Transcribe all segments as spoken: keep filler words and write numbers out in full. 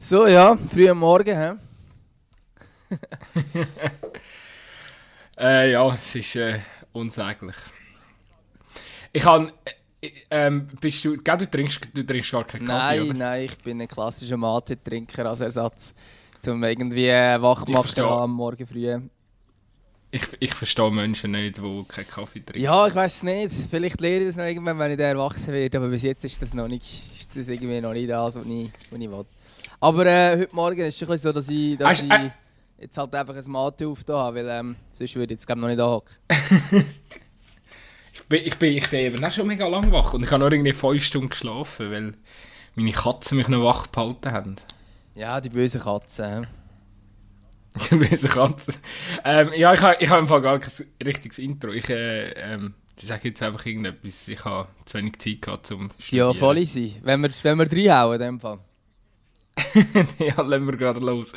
So, ja, früh am Morgen, hä? äh, ja, es ist äh, unsäglich. Ich kann. Äh, ähm, bist du. Gell, du trinkst, du trinkst gar keinen Kaffee, Nein, oder? nein, ich bin ein klassischer Mate-Trinker als Ersatz, um irgendwie äh, wach Ich gemacht verstehe. zu haben am Morgen früh. Ich, ich verstehe Menschen nicht, die keinen Kaffee trinken. Ja, ich weiß es nicht. Vielleicht lerne ich das noch irgendwann, wenn ich dann erwachsen werde, aber bis jetzt ist das noch nicht, ist das irgendwie noch nicht das, was ich, was ich will. Aber äh, heute Morgen ist es schon ein bisschen so, dass ich, dass Hast- ich äh- jetzt halt einfach ein Mate aufgetan habe, weil ähm, sonst würde ich jetzt glaube noch nicht anhocken. Ich bin, ich, bin, ich bin eben auch schon mega lang wach und ich habe nur irgendwie fünf Stunden geschlafen, weil meine Katzen mich noch wach gehalten haben. Ja, die bösen Katzen. hä? Die bösen Katzen. Ähm, ja, ich habe ich hab im Fall gar kein richtiges Intro. Ich, äh, ähm, ich sage jetzt einfach irgendetwas. Ich habe zu wenig Zeit gehabt zum Ja, voll easy. Wenn wir, wenn wir reinhauen in dem Fall. Ja, lassen wir gerade los.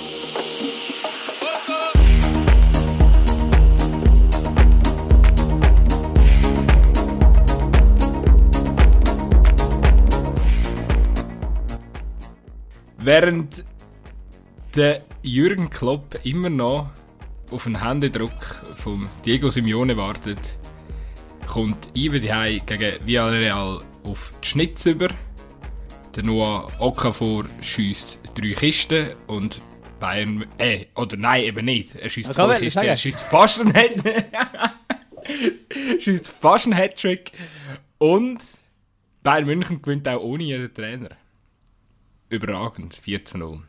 Während der Jürgen Klopp immer noch auf einen Händedruck von Diego Simeone wartet, kommt Ibe Dihei gegen Villarreal auf die Schnitz über. Der Noah Okafor schiesst drei Kisten und Bayern. Äh, oder nein, eben nicht. Er schiesst Was kann zwei man Kisten, sagen? er schiesst fast einen Hat schiesst fast einen Hattrick. Und Bayern München gewinnt auch ohne ihren Trainer. Überragend, vier zu null.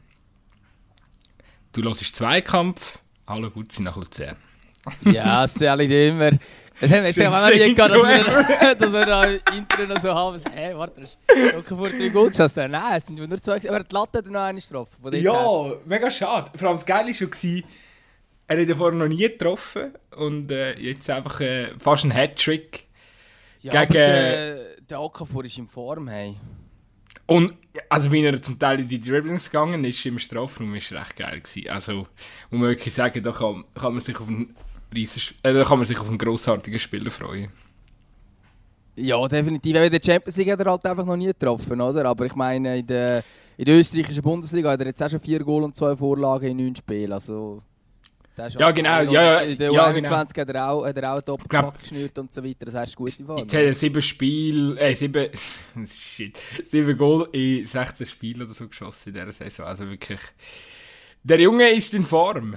Du hörst Zweikampf. Hallo Gutzi nach Luzern. Ja, es sind alle die immer. Es haben jetzt ja auch Schönste nie gehabt, dass wir, Intro dass wir da im Intro noch so haben. Hä, hey, warte, das ist locker vor drei Goalschuss. Nein, es sind nur zwei. Aber die Latte hat noch eine getroffen. Von dort her. Ja, mega schade. Vor allem das Geile war schon, er hat ja vorher noch nie getroffen und äh, jetzt einfach äh, fast ein Hattrick. ja gegen- aber der, der Okafor ist in Form. Hey. Und also wie er zum Teil in die Dribblings gegangen ist im Strafraum, ist recht geil gewesen. Also muss man wirklich sagen, da kann, kann man sich auf einen riesen, äh, da kann man sich auf einen grossartigen Spieler freuen. Ja, definitiv. In der Champions League hat er halt einfach noch nie getroffen, oder? Aber ich meine, in der, in der österreichischen Bundesliga hat er jetzt auch schon vier Goal und zwei Vorlagen in neun Spielen. Also, der ist Ja, auch- genau, und ja, ja, in der ja, U einundzwanzig hat er auch, hat er auch einen Doppelpack geschnürt und so weiter. Das heißt, gute Wahl. Jetzt hat er sieben Spiele, äh, sieben, shit, sieben Goal in sechzehn Spielen oder so geschossen in dieser Saison. Also wirklich, der Junge ist in Form.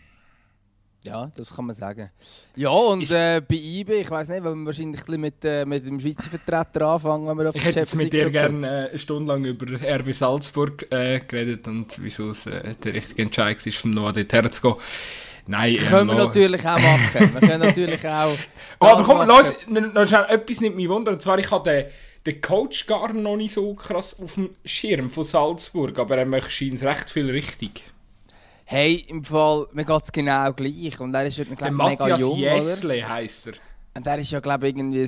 Ja, das kann man sagen. Ja, und Ist- äh, bei I B, ich weiß nicht, weil wir wahrscheinlich ein bisschen mit, äh, mit dem Schweizer Vertreter anfangen, wenn wir auf Ich die hätte jetzt Champions mit dir League zurückkommen. gerne äh, eine Stunde lang über R B Salzburg äh, geredet und wieso es äh, der richtige Entscheid war, vom Noah dort herzugehen. Nein, ähm, Können wir noch- natürlich auch machen. Wir können natürlich auch. Oh, aber das komm, machen. los, noch noch schnell, etwas nimmt mich wunder. Und zwar, ich habe den, den Coach gar noch nicht so krass auf dem Schirm von Salzburg, aber er macht scheint recht viel richtig. Hey, im Fall, mir geht es genau gleich. Und er ist ja, Der glaub, mega Matthias jung, oder? Jessle heisst er. Und er ist ja, glaube ich, irgendwie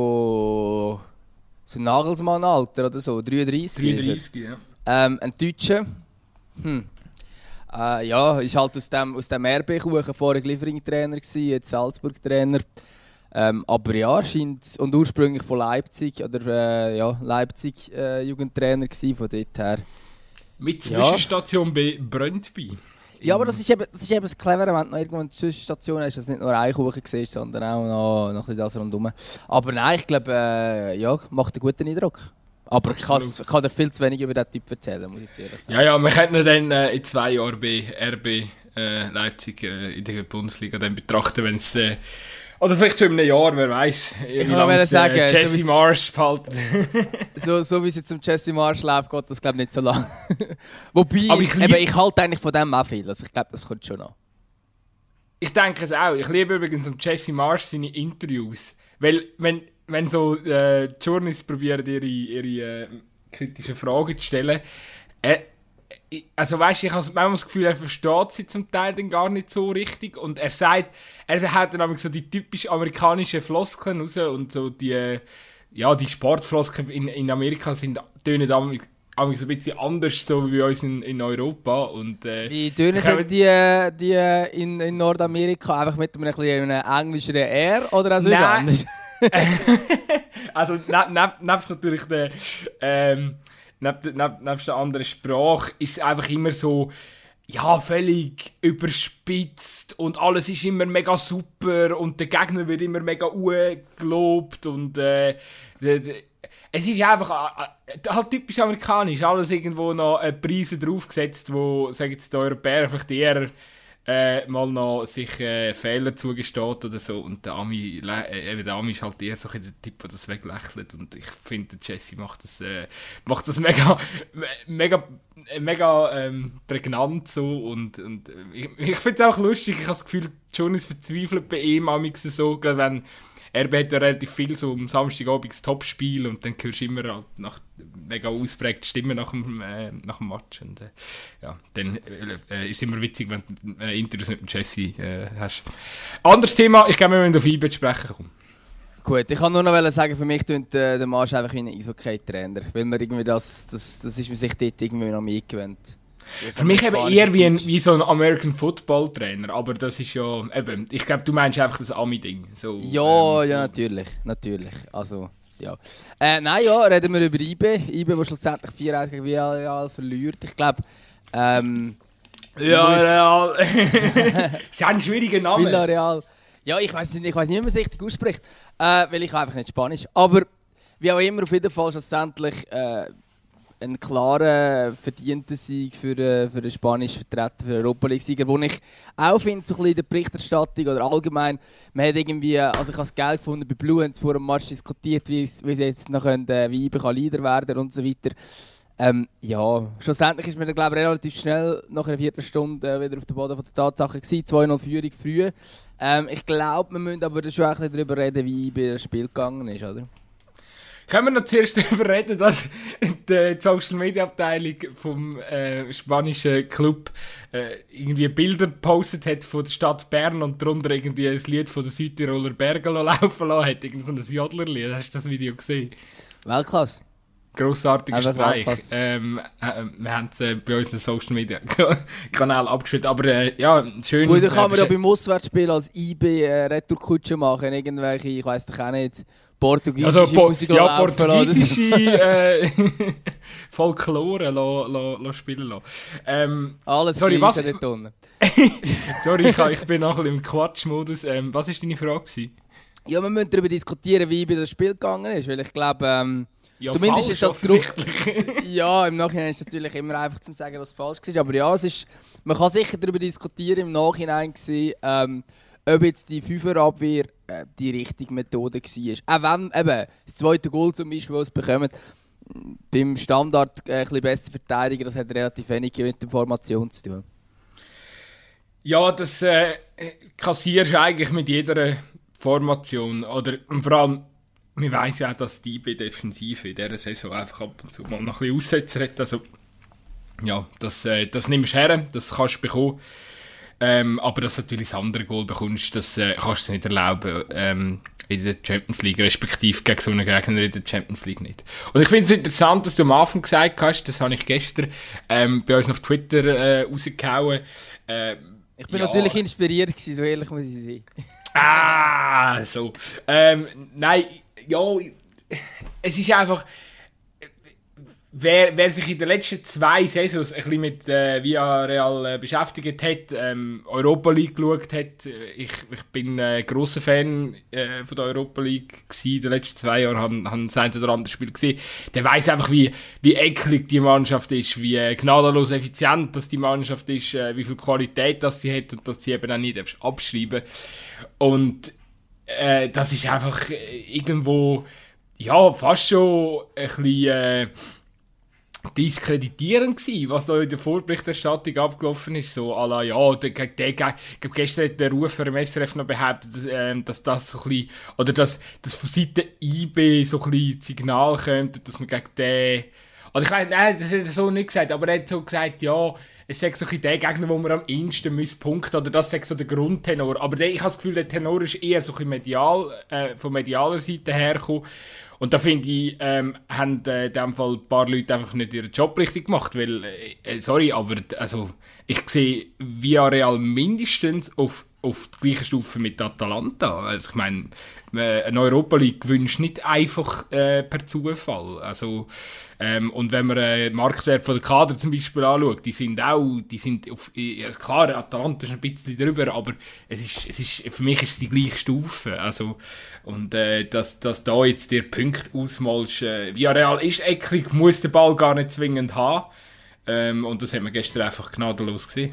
so. so Nagelsmann-Alter oder so, dreiunddreißig. dreiunddreißig, ja. Ähm, ein Deutscher. Hm. Äh, ja, ist halt aus dem, aus dem R B-Kuchen vorher Liefering-Trainer gewesen, jetzt Salzburg-Trainer. Ähm, aber ja, scheint. Und ursprünglich von Leipzig, oder äh, ja, Leipzig-Jugendtrainer gewesen, von dort her. Mit Ja. Zwischenstation bei Brøndby. Ja, aber das ist eben das, ist eben das Clevere, wenn du noch irgendwo eine Zwischenstation hast, dass du nicht nur ein Kuchen siehst, sondern auch noch, noch ein bisschen das rundherum. Aber nein, ich glaube, äh, ja, macht einen guten Eindruck. Aber ich kann's- Absolut. ich kann dir viel zu wenig über diesen Typ erzählen, muss ich jetzt ehrlich sagen. Ja, ja, wir könnten ihn dann äh, in zwei Jahren bei R B äh, Leipzig äh, in der Bundesliga dann betrachten, wenn es... Äh, oder vielleicht schon in einem Jahr, wer weiß, Ich wie kann lange nur es, sagen, äh, so Jesse wie's- Marsch behalten. So, so wie es jetzt um Jesse Marsch läuft, geht das glaube ich nicht so lange. Wobei, Aber ich ich, lieb- eben, ich halte eigentlich von dem auch viel. Also ich glaube, das kommt schon noch. Ich denke es auch. Ich liebe übrigens um Jesse Marsch seine Interviews. Weil, wenn, wenn so äh, die Journalisten probieren, ihre, ihre äh, kritischen Fragen zu stellen, äh, ich- also weißt du, ich habe manchmal das Gefühl, er versteht sie zum Teil dann gar nicht so richtig und er sagt, er hat dann nämlich so die typisch amerikanischen Floskeln raus und so die, äh, ja, die Sportfloskeln in, in Amerika sind tönen damals ein bisschen anders so wie bei uns in, in Europa und äh, Wie tönen kommen- denn die, die in, in Nordamerika einfach mit einem, ein bisschen einem englischen R oder auch sonst Nein. anders? Also, ne, ne, nebst natürlich der, ähm, neben, neben, neben der anderen Sprache ist es einfach immer so, ja, völlig überspitzt und alles ist immer mega super und der Gegner wird immer mega gelobt und äh, de, de, es ist einfach äh, halt typisch amerikanisch, alles irgendwo noch äh, Preise draufgesetzt, wo, sagen jetzt die Europäer vielleicht eher äh, mal noch sich äh, Fehler zugesteht oder so und der Ami, äh, der Ami ist halt eher so der Typ, der das weglächelt und ich finde, Jesse macht das, äh, macht das mega, mega, mega ähm, prägnant so und, und ich, ich finde es auch lustig, ich habe das Gefühl, Jonas verzweifelt bei ihm amix so, gerade wenn er hat ja relativ viel so am Samstagabend das Topspiel und dann hörst du immer halt nach mega ausprägte Stimmen nach dem, äh, nach dem Match. Und, äh, ja, dann äh, ist es immer witzig, wenn du äh, Interviews mit dem Jesse äh, hast. Anderes Thema, ich glaube, wir müssen auf I B sprechen kommen. Gut, ich kann nur noch sagen, für mich tut äh, der Marsch einfach wie ein Eishockey-Trainer, weil man irgendwie das, das, das ist man sich dort irgendwie noch mitgewöhnt. Für mich eben eher wie, ein, wie so ein American Football Trainer, aber das ist ja eben, ich glaube, du meinst einfach das Ami-Ding. So, ja, ähm, ja, natürlich, natürlich. Also, ja. Äh, nein, ja, reden wir über I B. I B, der schlussendlich vier eins gegen Villarreal verliert. Ich glaube, ähm... Ja, Real. Ist ja ein schwieriger Name. Villarreal. Ja, ich weiß nicht, ich weiß nicht, wie man es richtig ausspricht, äh, weil ich einfach nicht Spanisch. Aber wie auch immer, auf jeden Fall schlussendlich äh, ein klarer, verdienter Sieg für, äh, für den spanischen Vertreter, für den Europa League-Sieger, wo ich auch finde, so ein bisschen in der Berichterstattung oder allgemein, man hat irgendwie, also ich habe es geil gefunden, bei Blue haben sie vor dem Match diskutiert, wie, wie sie jetzt noch können, äh, wie I B kann Leader werden und so weiter. Ähm, ja, schlussendlich ist man dann, glaube ich, relativ schnell nach einer Viertelstunde äh, wieder auf dem Boden von der Tatsache gewesen, zwei null Führung früh. Ähm, ich glaube, wir müssen aber schon ein bisschen darüber reden, wie I B das Spiel gegangen ist, oder? Können wir noch zuerst darüber reden, dass die Social Media Abteilung vom äh, spanischen Club äh, irgendwie Bilder gepostet hat von der Stadt Bern und darunter irgendwie ein Lied von den Südtiroler Bergen laufen lassen hat, irgendwie so ein Jodlerlied. Hast du das Video gesehen? Weltklasse. Grossartiger Streich. Ähm, äh, wir haben es äh, bei unseren Social Media Kanal abgespielt, aber äh, ja, schön. Gut, dann kann man äh, ja beim Auswärtsspiel als I B äh, Retourkutsche machen, irgendwelche, ich weiss doch auch nicht, portugiesische also, po- Musik ja, laufen portugiesische äh, Folklore lo, lo, lo spielen lassen. Ähm, Alles sorry, was? dort unten. Sorry, ich, ich bin noch ein bisschen im Quatschmodus. Ähm, was war deine Frage gewesen? Ja, wir müssen darüber diskutieren, wie I B das Spiel gegangen ist, weil ich glaube, ähm, ja, zumindest ist das Druck. offensichtlich. Ja, im Nachhinein ist es natürlich immer einfach zu sagen, dass es falsch war. Aber ja, es ist, man kann sicher darüber diskutieren im Nachhinein gewesen, ähm, ob jetzt die Fünferabwehr äh, die richtige Methode war. Auch wenn eben das zweite Goal zum Beispiel, das sie bekommen, beim Standard äh, ein bisschen besser verteidigen, das hat relativ wenig mit der Formation zu tun. Ja, das äh, kassierst du eigentlich mit jeder Formation. Oder und vor allem, man weiss ja auch, dass die I B-Defensive in dieser Saison einfach ab und zu mal noch ein bisschen Aussetzer hat. Also, ja, das, äh, das nimmst du her, das kannst du bekommen. Ähm, aber dass du natürlich das andere Goal bekommst, das äh, kannst du nicht erlauben ähm, in der Champions League, respektive gegen so einen Gegner in der Champions League nicht. Und ich finde es interessant, dass du am Anfang gesagt hast, das habe ich gestern ähm, bei uns auf Twitter äh, rausgehauen. Äh, Ich bin ja, natürlich inspiriert gewesen, so ehrlich muss ich sein. Ah, so. Ähm, nein, ja, es ist einfach... Wer, wer sich in den letzten zwei Saisons ein bisschen mit äh, Villarreal äh, beschäftigt hat, ähm, Europa League geschaut hat, ich, ich bin ein äh, grosser Fan äh, von der Europa League gewesen, in den letzten zwei Jahren, haben han das eine oder andere Spiel gesehen, der weiss einfach, wie, wie eklig die Mannschaft ist, wie äh, gnadenlos effizient dass die Mannschaft ist, äh, wie viel Qualität das sie hat und dass sie eben auch nicht abschreiben. Und äh, das ist einfach äh, irgendwo, ja, fast schon ein bisschen... Äh, diskreditierend gewesen, was da in der Vorberichterstattung abgelaufen ist. So, à la, ja, der, der, der, der, gestern hat der Rufer im S R F noch behauptet, dass, ähm, dass das so ein bisschen, oder dass, dass von Seiten I B so ein bisschen das Signal könnte, dass man gegen den, oder ich weiß, nein, das hat er so nicht gesagt, aber er hat so gesagt, ja, es sei so ein bisschen der Gegner, wo man am ehesten müssen punkten, oder das sei so der Grundtenor. Aber der, ich habe das Gefühl, der Tenor ist eher so ein bisschen medial, äh, von medialer Seite hergekommen. Und da finde ich, ähm, haben äh, in diesem Fall ein paar Leute einfach nicht ihren Job richtig gemacht, weil, äh, sorry, aber also, ich sehe Villarreal mindestens auf, auf die gleiche Stufe mit Atalanta. Also ich meine, eine Europa League gewünscht nicht einfach äh, per Zufall. Also, ähm, und wenn man den Marktwert von der Kader zum Beispiel anschaut, die sind auch, die sind auf, also klar, Atalanta ist ein bisschen drüber, aber es ist, es ist, für mich ist es die gleiche Stufe. Also, und äh, dass, dass da jetzt der Punkt ausmalst, äh, Villarreal ist ecklig, muss den Ball gar nicht zwingend haben. Ähm, und das haben wir gestern einfach gnadenlos gesehen.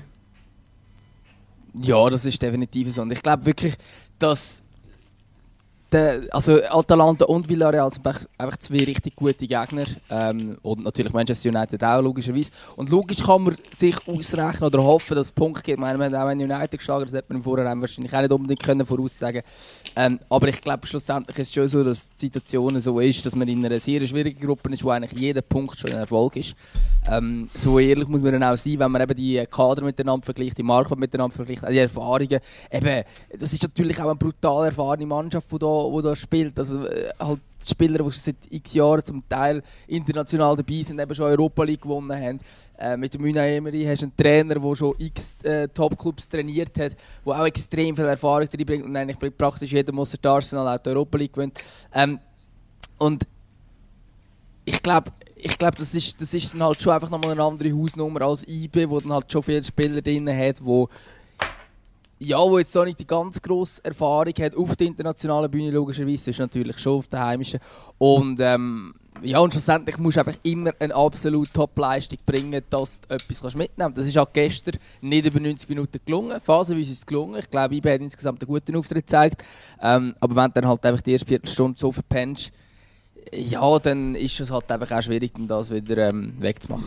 Ja, das ist definitiv so. Und ich glaube wirklich, dass der, also Atalanta und Villarreal sind einfach zwei richtig gute Gegner. Ähm, und natürlich Manchester United auch, logischerweise. Und logisch kann man sich ausrechnen oder hoffen, dass es Punkte gibt. Ich meine, wir haben auch einen United geschlagen, das hätte man vorher wahrscheinlich auch nicht unbedingt können voraussagen können. Ähm, aber ich glaube, schlussendlich ist es schon so, dass die Situation so ist, dass man in einer sehr schwierigen Gruppe ist, wo eigentlich jeder Punkt schon ein Erfolg ist. Ähm, so ehrlich muss man dann auch sein, wenn man eben die Kader miteinander vergleicht, die Marktwert miteinander vergleicht, die Erfahrungen. Eben, das ist natürlich auch eine brutal erfahrene Mannschaft, die da, die da spielt. Also äh, halt Spieler, die seit x Jahren zum Teil international dabei sind, eben schon Europa League gewonnen haben. Äh, mit dem Unai Emery hast du einen Trainer, der schon x äh, Top-Clubs trainiert hat, der auch extrem viel Erfahrung reinbringt und eigentlich praktisch jeder muss der Arsenal auch die Europa League gewinnt. Ähm, und ich glaube, ich glaube, das ist, das ist dann halt schon einfach nochmal eine andere Hausnummer als I B, wo dann halt schon viele Spieler drin hat, wo ja, wo jetzt so nicht die ganz grosse Erfahrung hat auf der internationalen Bühne, logischerweise, ist natürlich schon auf der heimischen. Und ähm, ja, und schlussendlich musst du einfach immer eine absolute Top-Leistung bringen, dass du etwas mitnehmen kannst. Das ist auch gestern nicht über neunzig Minuten gelungen. Phasenweise ist es gelungen. Ich glaube, I B hat insgesamt einen guten Auftritt gezeigt. Ähm, aber wenn du dann halt einfach die erste Viertelstunde so verpennst, ja, dann ist es halt einfach auch schwierig, das wieder ähm, wegzumachen.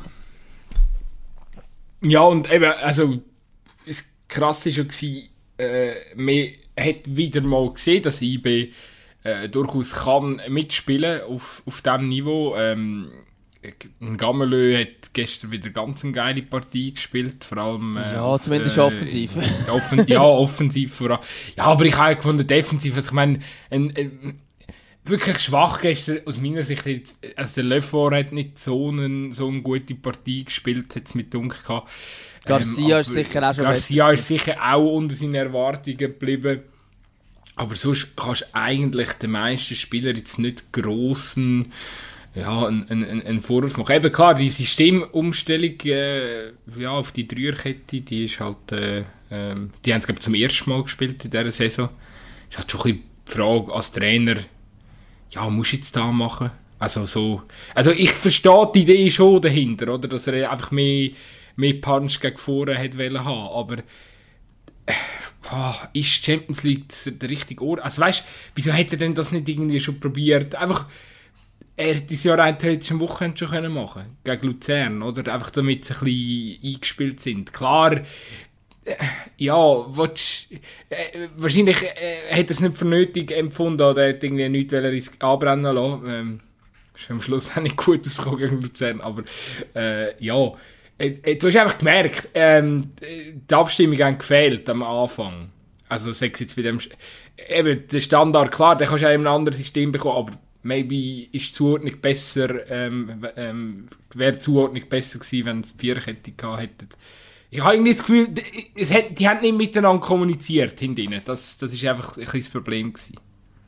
Ja, und eben, also das Krasse war schon, äh, man hat wieder mal gesehen, dass I B äh, durchaus kann mitspielen auf, auf diesem Niveau. Ähm, Gamelö hat gestern wieder ganz eine geile Partie gespielt, vor allem... Äh, ja, auf, zumindest äh, offensiv. Offen, ja, offensiv vor allem. Ja, aber ich habe gefunden, defensiv, also ich meine, ein, ein, wirklich schwach gestern, aus meiner Sicht. Jetzt, also der Lefort hat nicht so, einen, so eine gute Partie gespielt, hat es mit dunkel gehabt. Garcia ähm, ist sicher auch schon Garcia ist sicher auch unter seinen Erwartungen geblieben. Aber sonst kannst du eigentlich den meisten Spielern jetzt nicht grossen ja, einen, einen, einen Vorwurf machen. Eben klar, die Systemumstellung äh, ja, auf die Dreierkette, die ist halt, äh, äh, die haben es glaube ich zum ersten Mal gespielt in dieser Saison. Ist halt schon ein bisschen die Frage als Trainer, ja, musst du jetzt da machen? Also so, also ich verstehe die Idee schon dahinter, oder, dass er einfach mehr, mehr Punch gegen vorne hat wollen haben, aber äh, oh, ist Champions League der richtige Ort? Also weißt du, wieso hätte er denn das nicht irgendwie schon probiert? Einfach, er hätte es ja rein theoretisch am Wochenende schon können machen gegen Luzern, oder? Einfach damit sie ein bisschen eingespielt sind. Klar, äh, ja, willst, äh, wahrscheinlich äh, hat er es nicht für nötig empfunden, oder hat irgendwie nichts anbrennen lassen. Ähm, ist am Schluss auch nicht gut ausgekommen gegen Luzern, aber äh, ja. Äh, du hast einfach gemerkt, ähm, die Abstimmung hat gefehlt am Anfang. Also sechs jetzt bei dem... Eben, der Standard, klar, den kannst du auch in einem anderen System bekommen, aber maybe ist die Zuordnung besser, ähm, ähm, wäre die Zuordnung besser gewesen, wenn es die Viererkette gehabt hätten. Ich habe irgendwie das Gefühl, es hat, die haben nicht miteinander kommuniziert hinten. Das, das ist einfach ein bisschen das Problem gewesen.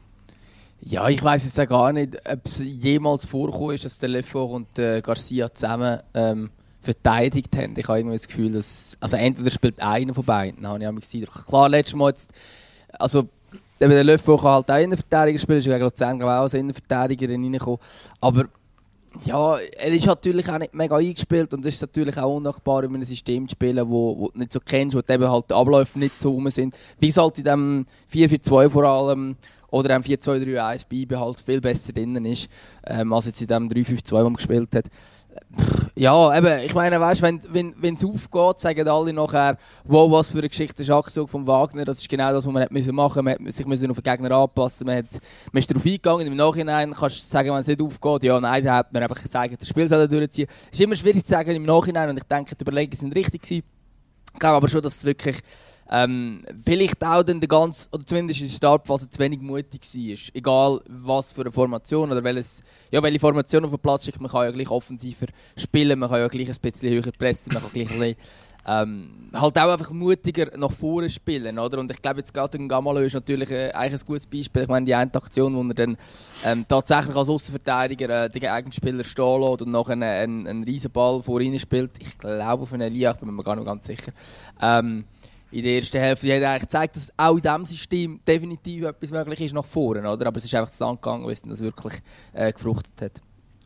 Ja, ich weiss jetzt auch gar nicht, ob es jemals vorgekommen ist, dass der Lefort und äh, Garcia zusammen ähm, verteidigt haben. Ich habe irgendwie das Gefühl, dass... Also entweder spielt einer von beiden, habe ich auch gesehen. Klar, letztes Mal jetzt... Also der Lefort kann halt auch Innenverteidiger spielen, ist gegen Luzern auch als Innenverteidiger reingekommen. Aber ja, er ist natürlich auch nicht mega eingespielt und es ist natürlich auch unnachbar, in einem System zu spielen, wo, wo du nicht so kennst, wo eben halt die Abläufe nicht so rum sind. Wie es halt in dem vier vier zwei vor allem oder im vier zwei drei eins bei I B halt viel besser drinnen ist, ähm, als jetzt in dem drei fünf zwei, wo man gespielt hat. Ja, eben, ich meine, weißt, wenn wenn wenn es aufgeht, sagen alle nachher, wow, was für eine Geschichte ist Abzug von Wagner. Das ist genau das, was man hat müssen machen. Man hat sich müssen auf den Gegner anpassen. Man, hat, man ist darauf eingegangen. Im Nachhinein kannst du sagen, wenn es nicht aufgeht, ja, nein, dann hat man einfach gesagt, das Spiel soll durchziehen. Es ist immer schwierig zu sagen im Nachhinein und ich denke, die Überlegungen sind richtig gewesen. Ich glaube aber schon, dass es wirklich ähm, vielleicht auch dann der ganze, oder zumindest in der Startphase zu wenig mutig war. Egal was für eine Formation oder welches, ja, welche Formation auf den Platz schickt, man kann ja gleich offensiver spielen, man kann ja gleich ein bisschen höher pressen, man kann gleich ein bisschen, ähm, halt auch einfach mutiger nach vorne spielen, oder? Und ich glaube, jetzt gerade gegen Gamalö ist natürlich äh, eigentlich ein gutes Beispiel. Ich meine, die eine Aktion, wo er dann ähm, tatsächlich als Aussenverteidiger äh, den Gegenspieler stehen lässt und nachher einen, einen, einen riesen Ball vor ihnen spielt. Ich glaube auf einen Elia, ich bin mir gar nicht ganz sicher. Ähm, in der ersten Hälfte hat er eigentlich gezeigt, dass auch in diesem System definitiv etwas möglich ist nach vorne, oder? Aber es ist einfach zu lang gegangen, bis das wirklich äh, gefruchtet hat.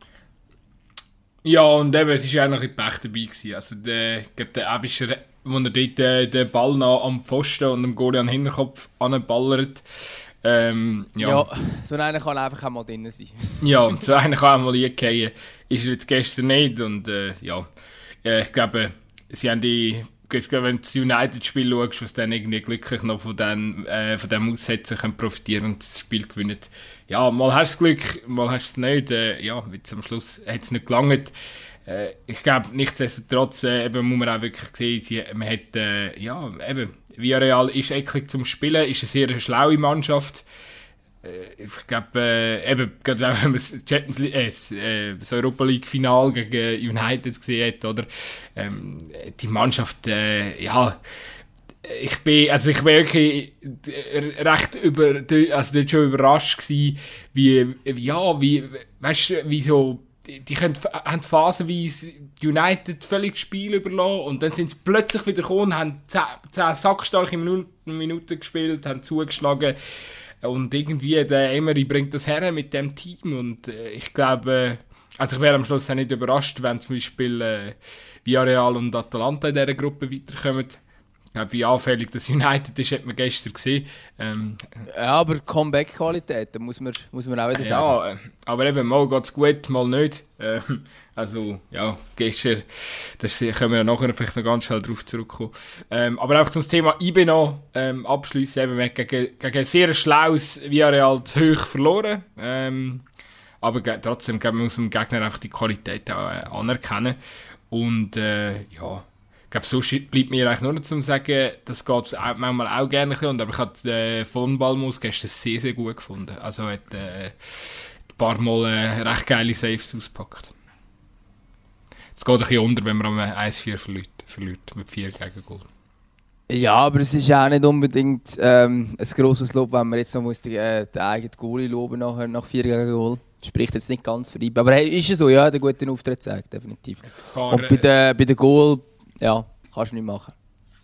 Ja, und eben, es war ja noch ein Pech dabei gewesen. Also, der, ich glaube, der Ebischer, wo er dort äh, den Ball noch am Pfosten und dem Goalie an den Hinterkopf anballert. Ähm, ja. ja, so einer kann einfach auch mal drin sein. Ja, so einer kann auch mal eingehen. Ist er jetzt gestern nicht. Und äh, ja, äh, ich glaube, sie haben die, wenn du das United-Spiel schaust, was dann irgendwie glücklich noch von dem, äh, von dem Aussetzen können profitieren und das Spiel gewinnen. Ja, mal hast du das Glück, mal hast du es nicht. Äh, ja, jetzt am Schluss hat es nicht gelangt. Äh, ich glaube, nichtsdestotrotz äh, eben, muss man auch wirklich sehen, sie, man hat, äh, ja, eben, Villarreal ist eklig zum Spielen, ist eine sehr schlaue Mannschaft. Äh, ich glaube, äh, eben, gerade wenn man das, Champions League, äh, das Europa League-Final gegen United gesehen hat, oder? Ähm, die Mannschaft, äh, ja, ich bin, also ich bin wirklich recht über, also dort schon überrascht gewesen, wie, ja, wie, weißt du, wie so, die, die können, haben phasenweise United völlig das Spiel überlassen und dann sind sie plötzlich wieder gekommen, haben zehn, zehn sackstarke Minuten, Minuten gespielt, haben zugeschlagen und irgendwie der Emery bringt das her mit dem Team und äh, ich glaube, also ich wäre am Schluss auch nicht überrascht, wenn zum Beispiel äh, Villarreal und Atalanta in dieser Gruppe weiterkommen. Ich glaube, wie anfällig das United ist, hat man gestern gesehen. Ähm, ja, aber Comeback-Qualität, da muss man, muss man auch wieder sagen. Ja, aber eben, mal geht es gut, mal nicht. Ähm, also, ja, gestern, das können wir ja nachher vielleicht noch ganz schnell drauf zurückkommen. Ähm, aber auch zum Thema I B noch ähm, abschließen. Eben, wir haben gegen, gegen ein sehr schlaues Villarreal zu hoch verloren. Ähm, aber ge- trotzdem glaube ich, muss dem Gegner einfach die Qualität auch äh, anerkennen. Und äh, ja, ich glaube, sonst bleibt mir eigentlich nur noch zu sagen, das geht auch, manchmal auch gerne ein bisschen, aber ich habe den von Balmus gestern sehr, sehr gut gefunden. Also hat äh, ein paar Mal äh, recht geile Saves ausgepackt. Es geht ein bisschen unter, wenn man am eins vier verliert, verliert mit vier Gegengol. Ja, aber es ist auch nicht unbedingt ähm, ein grosses Lob, wenn man jetzt noch muss die, äh, den eigenen Goalie loben nachher, nach vier Gegengol. Spricht jetzt nicht ganz für ihn. Aber hey, ist es so, ja, der guten Auftritt zeigt, definitiv. Kann, und bei den bei der Goal, ja, kannst du nicht machen.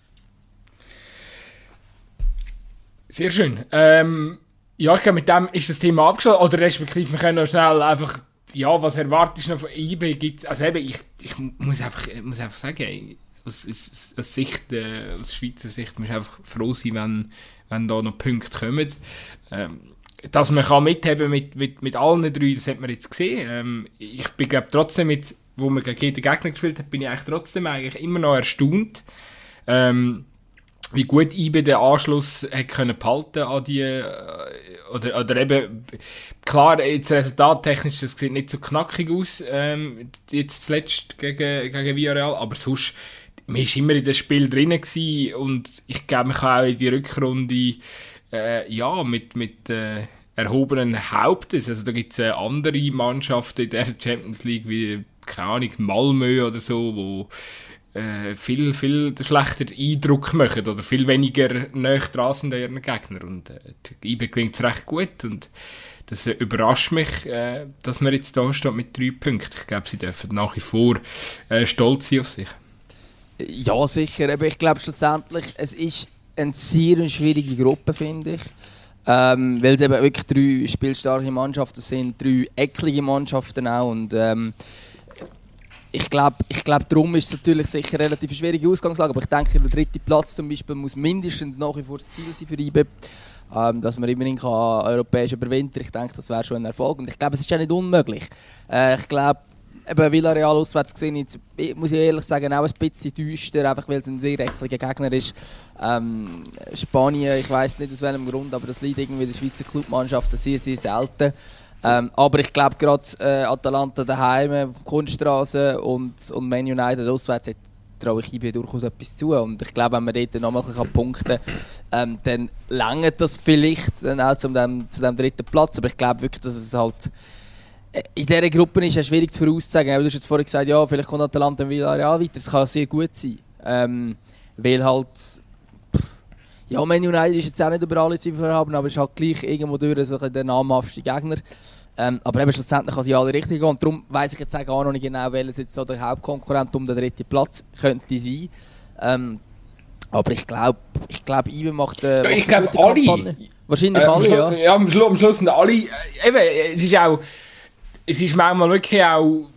Sehr schön. Ähm, ja, ich glaube, mit dem ist das Thema abgeschlossen. Oder respektive, wir können noch schnell einfach, ja, was erwartest du noch von I B? Gibt's, also eben, ich, ich muss einfach, ich muss einfach sagen, ey, aus, aus, aus Sicht, äh, aus Schweizer Sicht, man ist einfach froh sein, wenn, wenn da noch Punkte kommen. Ähm, dass man kann mithaben mit, mit, mit allen drei, das hat man jetzt gesehen. Ähm, ich bin glaube trotzdem, mit, wo man gegen jeden Gegner gespielt hat, bin ich eigentlich trotzdem eigentlich immer noch erstaunt, ähm, wie gut I B den Anschluss hat können behalten an die, äh, oder, oder eben, klar, jetzt resultattechnisch, das sieht nicht so knackig aus, ähm, jetzt zuletzt gegen, gegen Villarreal, aber sonst, man war immer in das Spiel drin gewesen und ich glaube, man kann auch in die Rückrunde Äh, ja, mit, mit äh, erhobenen Hauptes. Also da gibt es äh, andere Mannschaften in der Champions League, wie, keine Ahnung, Malmö oder so, wo äh, viel, viel schlechter Eindruck machen oder viel weniger nahe dran sind an ihren Gegnern. Und äh, I B klingt es recht gut und das äh, überrascht mich, äh, dass man jetzt da steht mit drei Punkten. Ich glaube, sie dürfen nach wie vor äh, stolz sein auf sich. Ja, sicher. Aber ich glaube schlussendlich, es ist eine sehr schwierige Gruppe, finde ich. Ähm, weil es eben wirklich drei spielstarke Mannschaften sind, drei eklige Mannschaften auch. Und, ähm, ich glaube, ich glaub, darum ist es natürlich sicher eine relativ schwierige Ausgangslage. Aber ich denke, der dritte Platz zum Beispiel muss mindestens nach wie vor das Ziel sein für I B. Ähm, dass man immerhin kann europäisch überwintern. Ich denke, das wäre schon ein Erfolg. Und ich glaube, es ist ja nicht unmöglich. Äh, ich glaube, eben Villarreal auswärts gesehen, jetzt, muss ich ehrlich sagen, auch ein bisschen düster, einfach weil es ein sehr ekliger Gegner ist. Ähm, Spanien, ich weiss nicht aus welchem Grund, aber das liegt irgendwie in der Schweizer Clubmannschaft sehr, sehr selten. Ähm, aber ich glaube, gerade äh, Atalanta daheim, Kunststraße und, und Man United auswärts, traue ich I B durchaus etwas zu. Und ich glaube, wenn man dort nochmal punkten kann, ähm, dann reicht das vielleicht dann auch zu dem, zu dem dritten Platz. Aber ich glaube wirklich, dass es halt in dieser Gruppe ist es schwierig zu voraussagen. Du hast jetzt vorhin gesagt, ja, vielleicht kommt Atalanta und Villarreal weiter. Das kann sehr gut sein. Ähm, weil halt... Ja, Man United ist jetzt auch nicht über alle Zweifel haben, aber ist halt gleich irgendwo durch so der namhafte Gegner. Ähm, aber eben schlussendlich kann sie alle richtig gehen. Und darum weiss ich jetzt auch gar noch nicht genau, welches jetzt so der Hauptkonkurrent um den dritten Platz könnte sein. Ähm, aber ich glaube, ich glaube, Ibe macht, äh, ja, ich macht eine glaub, gute Kampagne. alle. Wahrscheinlich Äh, alle, Schlu- ja. Ja, am, Schlu- am Schluss sind alle... Äh, eben, es ist auch... Es ist manchmal wirklich auch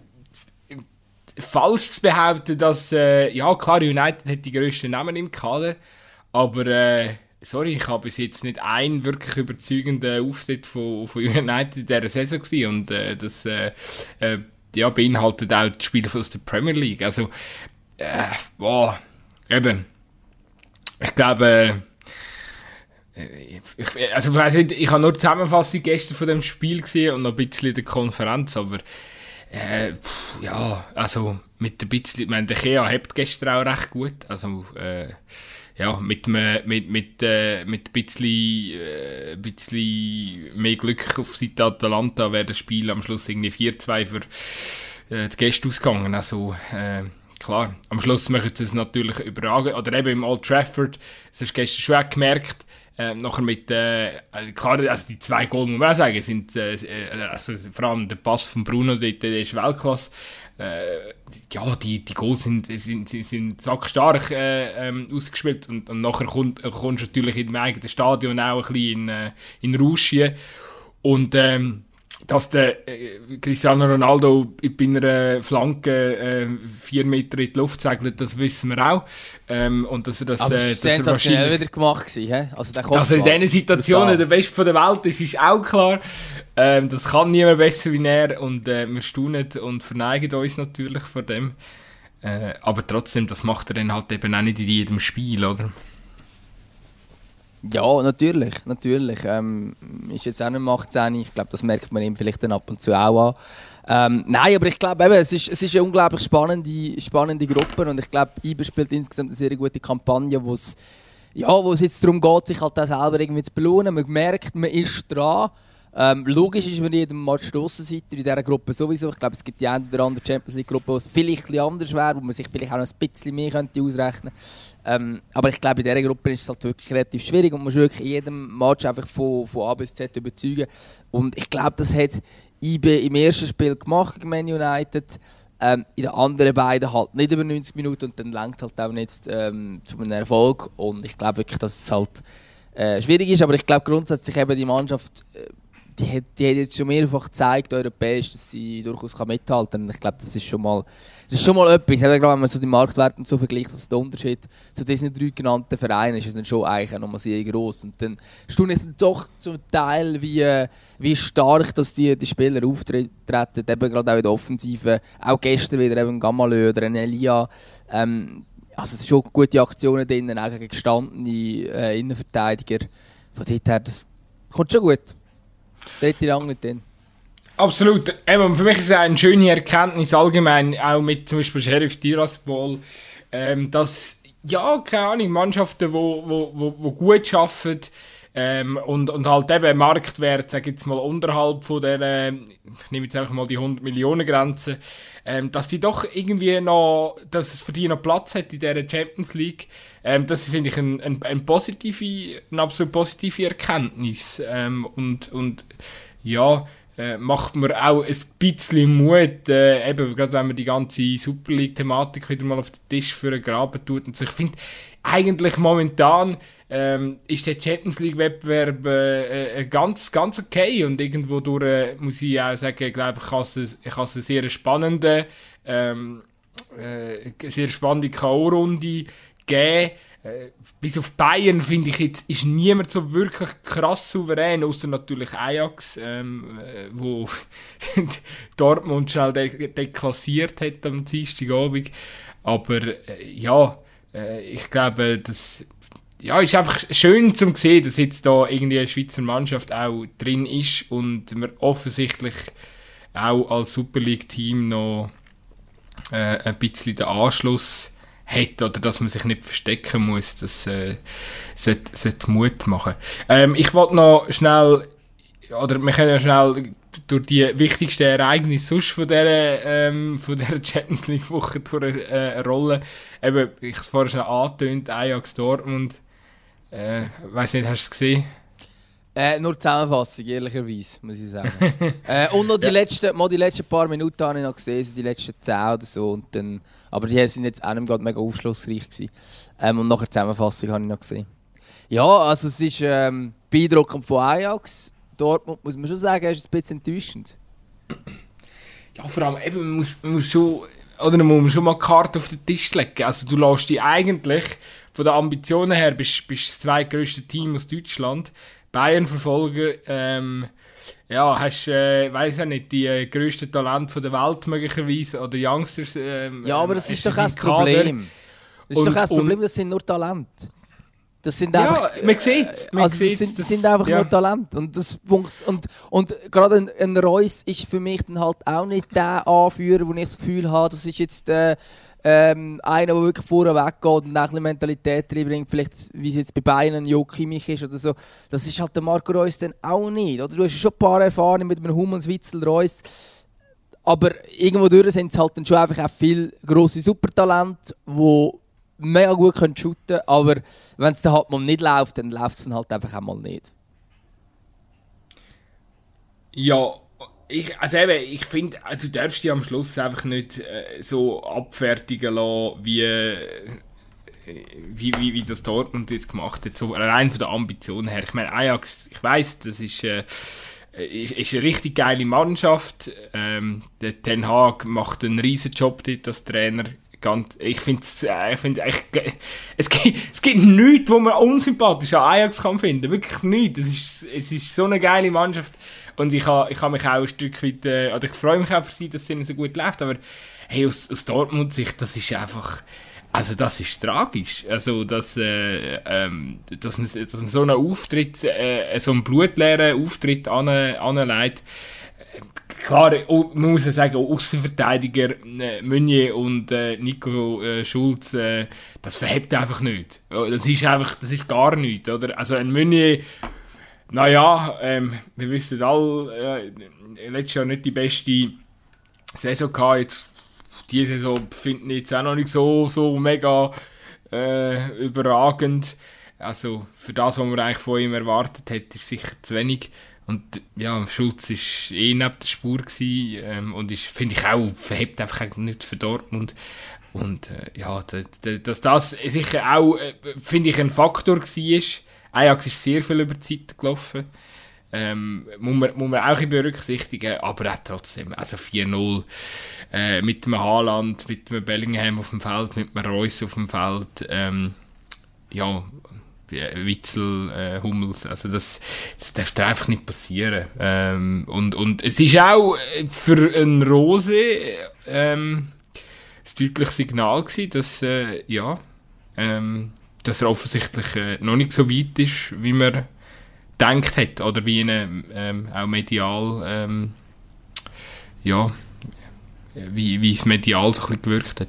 falsch zu behaupten, dass... Äh, ja, klar, United hat die grössten Namen im Kader, aber... Äh, sorry, ich habe bis jetzt nicht einen wirklich überzeugenden Auftritt von, von United in dieser Saison gesehen. Und äh, das äh, äh, ja, beinhaltet auch die Spiele aus der Premier League. Also, äh, boah, eben. Ich glaube, äh, ich, also, ich weiss nicht, ich habe nur die Zusammenfassung gestern von dem Spiel gesehen und noch ein bisschen die Konferenz, aber äh, pff, ja, also mit ein bisschen, ich meine, der Kea hebt gestern auch recht gut. Also, äh, ja, mit, mit, mit, äh, mit ein bisschen, äh, bisschen mehr Glück auf Seite Atalanta wäre das Spiel am Schluss irgendwie vier zwei für äh, die Gäste ausgegangen. Also, äh, klar, am Schluss möchten sie es natürlich überragen. Oder eben im Old Trafford, das hast du gestern schon auch gemerkt, äh, nachher mit, äh, klar, also die zwei Goal, muss man auch sagen, sind, äh, also vor allem der Pass von Bruno, der, der ist Weltklasse. Äh, ja, die, die Goals sind, sind, sind, sind sackstark äh, ähm, ausgespielt und, und nachher kommt, kommst du natürlich in dem eigenen Stadion auch ein bisschen in, äh, in Rausch. Und ähm, dass der äh, Cristiano Ronaldo bei einer Flanke äh, vier Meter in die Luft segelt, das wissen wir auch. Ähm, und dass er das, aber äh, es dass er sensationell wieder gemacht gewesen, he? Also der dass er in diesen Situationen der Beste von der Welt ist, ist auch klar. Ähm, das kann niemand besser wie er und äh, wir staunen und verneigen uns natürlich vor dem. Äh, aber trotzdem, das macht er dann halt eben auch nicht in jedem Spiel, oder? Ja, natürlich, natürlich. Ähm, ist jetzt auch nicht achtzehn, ich glaube, das merkt man ihm vielleicht dann ab und zu auch an. Ähm, nein, aber ich glaube eben, es ist, es ist eine unglaublich spannende, spannende Gruppe und ich glaube, Ibe spielt insgesamt eine sehr gute Kampagne, wo es ja, wo es jetzt darum geht, sich halt auch selber irgendwie zu belohnen. Man merkt, man ist dran. Ähm, logisch ist man in jedem Match Strassenseiter in dieser Gruppe sowieso. Ich glaube, es gibt die eine oder andere Champions League Gruppe, wo es vielleicht ein bisschen anders wäre, wo man sich vielleicht auch noch ein bisschen mehr könnte ausrechnen könnte. Ähm, aber ich glaube, in dieser Gruppe ist es halt wirklich relativ schwierig und man muss wirklich in jedem Match einfach von, von A bis Z überzeugen. Und ich glaube, das hat Ibe im ersten Spiel gemacht gegen Man United. Ähm, in den anderen beiden halt nicht über neunzig Minuten und dann reicht halt auch nicht ähm, zu einem Erfolg. Und ich glaube wirklich, dass es halt äh, schwierig ist. Aber ich glaube grundsätzlich eben die Mannschaft, äh, die hat, die hat jetzt schon mehrfach gezeigt, europäisch, dass sie durchaus mithalten kann. Und ich glaube, das ist schon mal, das ist schon mal etwas. Ich glaube, wenn man so die Marktwerte und so vergleicht, dass der Unterschied zu diesen drei genannten Vereinen ist, ist dann schon eigentlich noch mal sehr gross. Und dann staune ich dann doch zum Teil, wie, wie stark dass die, die Spieler auftreten, eben gerade auch in der Offensive. Auch gestern wieder eben Gamalö oder ein Elia. Ähm, also es sind schon gute Aktionen drin, auch gegen gestandene äh, Innenverteidiger. Von dort her, das kommt schon gut. Dritte Rang nicht drin. Absolut. Eben, für mich ist es eine schöne Erkenntnis allgemein, auch mit zum Beispiel Sheriff Tiraspol, ähm, dass, ja, keine Ahnung, Mannschaften, die wo, wo, wo, wo gut arbeiten ähm, und, und halt eben Marktwert, sage ich jetzt mal, unterhalb von der, äh, ich nehme jetzt einfach mal die hundert Millionen Grenze, ähm, dass die doch irgendwie noch, dass es für die noch Platz hat in dieser Champions League. Ähm, das finde ich eine ein, ein positive, eine absolut positive Erkenntnis. Ähm, und, und ja, äh, macht mir auch ein bisschen Mut, äh, eben gerade wenn man die ganze Super League-Thematik wieder mal auf den Tisch für einen Graben tut. Und so. Ich finde, eigentlich momentan ähm, ist der Champions League-Wettbewerb äh, äh, ganz, ganz okay. Und irgendwo durch, äh, muss ich auch sagen, ich glaube, ich habe es, ich habe es eine sehr spannende, ähm, äh, sehr spannende K O-Runde gegeben. Äh, bis auf Bayern, finde ich, jetzt ist niemand so wirklich krass souverän, außer natürlich Ajax, ähm, äh, wo Dortmund schnell de- deklassiert hat am Dienstagabend. Aber äh, ja, äh, ich glaube, das ja, ist einfach schön zu sehen, dass jetzt da irgendwie eine Schweizer Mannschaft auch drin ist und wir offensichtlich auch als Super League-Team noch äh, ein bisschen den Anschluss hat oder dass man sich nicht verstecken muss, das äh, sollte, sollte Mut machen. Ähm, ich wollte noch schnell, oder wir können ja schnell durch die wichtigsten Ereignisse sonst von dieser, ähm, von dieser Champions League-Woche durch äh, eine Rolle. Eben, ich habe es vorhin schon angetönt, Ajax Dortmund. Äh, weiss nicht, hast du es gesehen? Äh, nur Zusammenfassung, ehrlicherweise, muss ich sagen. äh, und noch die, ja. letzten, mal die letzten paar Minuten habe ich noch gesehen, also die letzten zehn oder so. Und dann, aber die sind jetzt auch nicht gerade mega aufschlussreich gewesen. Ähm, und nachher die Zusammenfassung habe ich noch gesehen. Ja, also es ist ähm, beeindruckend von Ajax. Dortmund, muss man schon sagen, ist ein bisschen enttäuschend. Ja, vor allem, eben, man muss, man muss schon, oder man muss schon mal die Karte auf den Tisch legen. Also du lässt dich eigentlich, von den Ambitionen her, bist du das zweitgrößte Team aus Deutschland. Bayern verfolgen, ähm, ja, hast, äh, weiss ja nicht, die äh, grössten Talente der Welt möglicherweise, oder Youngsters. Ähm, ja, aber das ist doch auch das Problem. Das ist und, doch auch das Problem, das sind nur Talente. Das sind einfach, ja, man sieht es. Also das sind, das sind einfach ja. nur Talente. Und, das, und, und, und gerade ein, ein Reus ist für mich dann halt auch nicht der Anführer, wo ich das Gefühl habe, das ist jetzt äh, ähm, einer, der wirklich vorne weggeht und ein bisschen Mentalität reinbringt, vielleicht wie es jetzt bei Bayern Jo Kimmich ist oder so. Das ist halt der Marco Reus dann auch nicht. Oder? Du hast schon ein paar Erfahrungen mit einem Hummels, Witzel, Reus. Aber irgendwo durch sind es halt dann schon einfach auch viele grosse Supertalente, die mega gut können shooten, aber wenn es dann halt mal nicht läuft, dann läuft es dann halt einfach auch mal nicht. Ja, ich, also eben, ich finde, du darfst dich am Schluss einfach nicht äh, so abfertigen lassen, wie, äh, wie, wie, wie das Dortmund jetzt gemacht hat, so rein von der Ambition her. Ich meine, Ajax, ich weiss, das ist, äh, ist, ist eine richtig geile Mannschaft. Ähm, der Ten Hag macht einen riesen Job dort als Trainer. Ganz, ich finde äh, find, es, gibt, es gibt nichts, wo man unsympathisch an Ajax kann finden. Wirklich nichts. Es ist, es ist so eine geile Mannschaft. Und ich habe ich ha mich auch ein Stück weit, äh, oder ich freue mich auch für sie, dass es ihnen so gut läuft. Aber hey, aus, aus Dortmund-Sicht, das ist einfach, also das ist tragisch. Also, dass, äh, ähm, dass, man, dass man so einen Auftritt, äh, so einen blutleeren Auftritt an, anlegt. Klar, man muss ja sagen, Aussenverteidiger äh, Meunier und äh, Nico äh, Schulz, äh, das verhebt einfach nicht. Das ist einfach, das ist gar nichts, oder? Also ein Meunier, naja, ähm, wir wissen alle, äh, letztes Jahr nicht die beste Saison gehabt, jetzt diese Saison finde ich jetzt auch noch nicht so, so mega äh, überragend. Also für das, was man eigentlich von ihm erwartet hat, ist sicher zu wenig. Und ja, Schulz war eh neben der Spur gewesen, ähm, und ist, finde ich auch, verhebt einfach nicht für Dortmund. Und äh, ja, dass das sicher auch, äh, finde ich, ein Faktor war. Ajax ist sehr viel über die Zeit gelaufen. Ähm, muss, man, muss man auch berücksichtigen, aber auch trotzdem, also vier null äh, mit einem Haaland, mit einem Bellingham auf dem Feld, mit einem Reus auf dem Feld, ähm, ja, Witzel, äh, Hummels, also das, das darf da einfach nicht passieren. Ähm, und, und es ist auch für einen Rose ähm, ein deutliches Signal gewesen, dass, äh, ja, ähm, dass er offensichtlich äh, noch nicht so weit ist, wie man gedacht hat, oder wie ihn ähm, auch medial, ähm, ja, wie, wie es medial so ein bisschen gewirkt hat.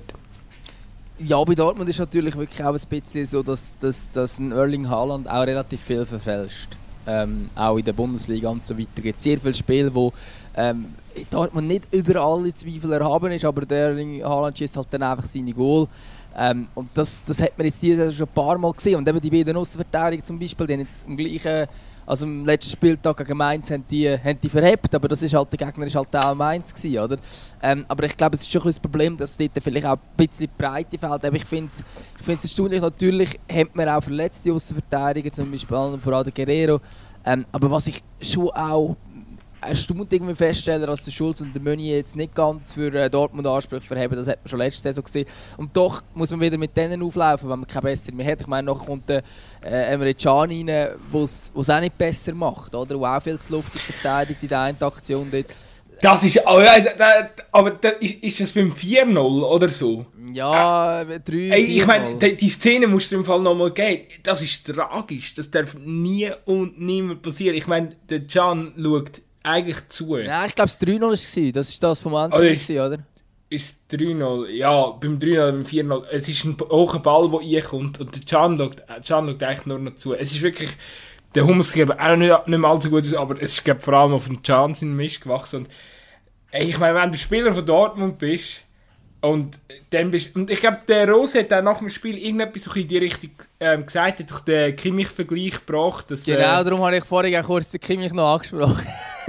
Ja, bei Dortmund ist natürlich wirklich auch ein bisschen so, dass, dass, dass ein Erling Haaland auch relativ viel verfälscht. Ähm, auch in der Bundesliga und so weiter. Es gibt sehr viele Spiele, wo ähm, Dortmund nicht über alle Zweifel erhaben ist, aber der Erling Haaland schießt halt dann einfach seine Goal. Ähm, und das, das hat man jetzt diese Saison schon ein paar Mal gesehen. Und eben die beiden Aussenverteidiger zum Beispiel, die haben jetzt im gleichen, also am letzten Spieltag gegen Mainz haben die, haben die verhebt, aber das ist halt, der Gegner war halt auch Mainz gewesen, oder? Ähm, aber ich glaube, es ist schon ein bisschen das Problem, dass dort vielleicht auch ein bisschen Breite fehlt. Aber ich finde es ich find's erstaunlich, natürlich hat man auch verletzte Aussenverteidiger, zum Beispiel vor allem Guerrero. Ähm, aber was ich schon auch erstaunt irgendwie feststellen, dass der Schulz und der Meunier jetzt nicht ganz für äh, Dortmund Ansprüche verheben. Das hat man schon letzte Saison gesehen. Und doch muss man wieder mit denen auflaufen, wenn man keine besseren mehr hat. Ich meine, noch kommt der äh, Emre Can rein, der es auch nicht besser macht, oder? Wo auch viel zu luftig verteidigt in der einen Aktion dort. Das ist, oh ja, da, da, aber da, ist, ist das beim vier null oder so? Ja, äh, drei Ey, ich meine, die, die Szene musst du im Fall nochmal geben. Das ist tragisch. Das darf nie und niemand passieren. Ich meine, der Can schaut eigentlich zu. Nein, ich glaube, es drei null war es. Das war das vom Anfang, oder? oder? Ist drei null? Ja, beim drei null, beim vier null. Es ist ein hoher Ball, der reinkommt und der Can schaut, Can schaut eigentlich nur noch zu. Es ist wirklich der Hummels sieht auch nicht, nicht mehr allzu gut aus, aber es ist glaub, vor allem auf den Chance in den Mist gewachsen. Und, ey, ich meine, wenn du Spieler von Dortmund bist, und dann bist und ich glaube, der Rose hat auch nach dem Spiel irgendetwas so in die Richtung ähm, gesagt, hat durch den Kimmich-Vergleich gebracht. Dass, genau, äh, darum habe ich vorhin auch kurz den Kimmich noch angesprochen.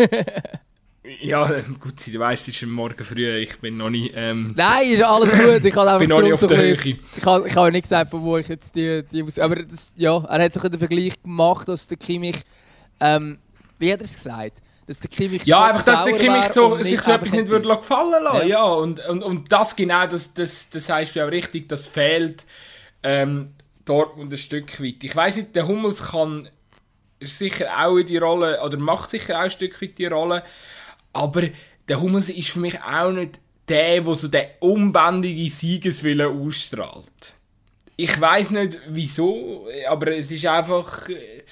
ja, gut, du weißt, es ist morgen früh, ich bin noch nicht... Ähm, Nein, ist alles gut, ich habe einfach bin noch nicht auf so der ein Höhe. Ich habe, ich habe nicht gesagt, von wo ich jetzt die... die aus- aber das, ja, er hat sich den Vergleich gemacht, dass der Kimmich... Ähm, wie hat er es gesagt? Dass der Kimmich Ja, so einfach, dass der sauer Kimmich wäre so, und sich so etwas nicht würde enttäuscht. gefallen lassen. Ja. Ja, und, und, und das genau, das, das, das sagst du auch richtig, das fehlt ähm, Dortmund ein Stück weit. Ich weiss nicht, der Hummels kann ist sicher auch in die Rolle, oder macht sicher auch ein Stück weit die Rolle, aber der Hummels ist für mich auch nicht der, der so den unbändigen Siegeswillen ausstrahlt. Ich weiss nicht wieso, aber es ist einfach... Äh,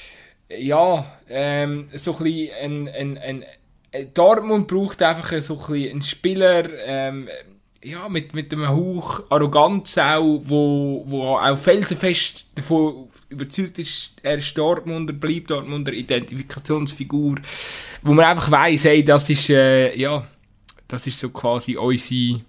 ja, ähm, so ein bisschen ein, ein, ein, ein Dortmund braucht einfach so ein bisschen einen Spieler ähm, ja, mit, mit einem Hauch Arroganz auch, wo, wo auch felsenfest davon überzeugt ist, er ist Dortmunder, bleibt Dortmunder, Identifikationsfigur, wo man einfach weiss, hey, das ist, äh, ja, das ist so quasi unsere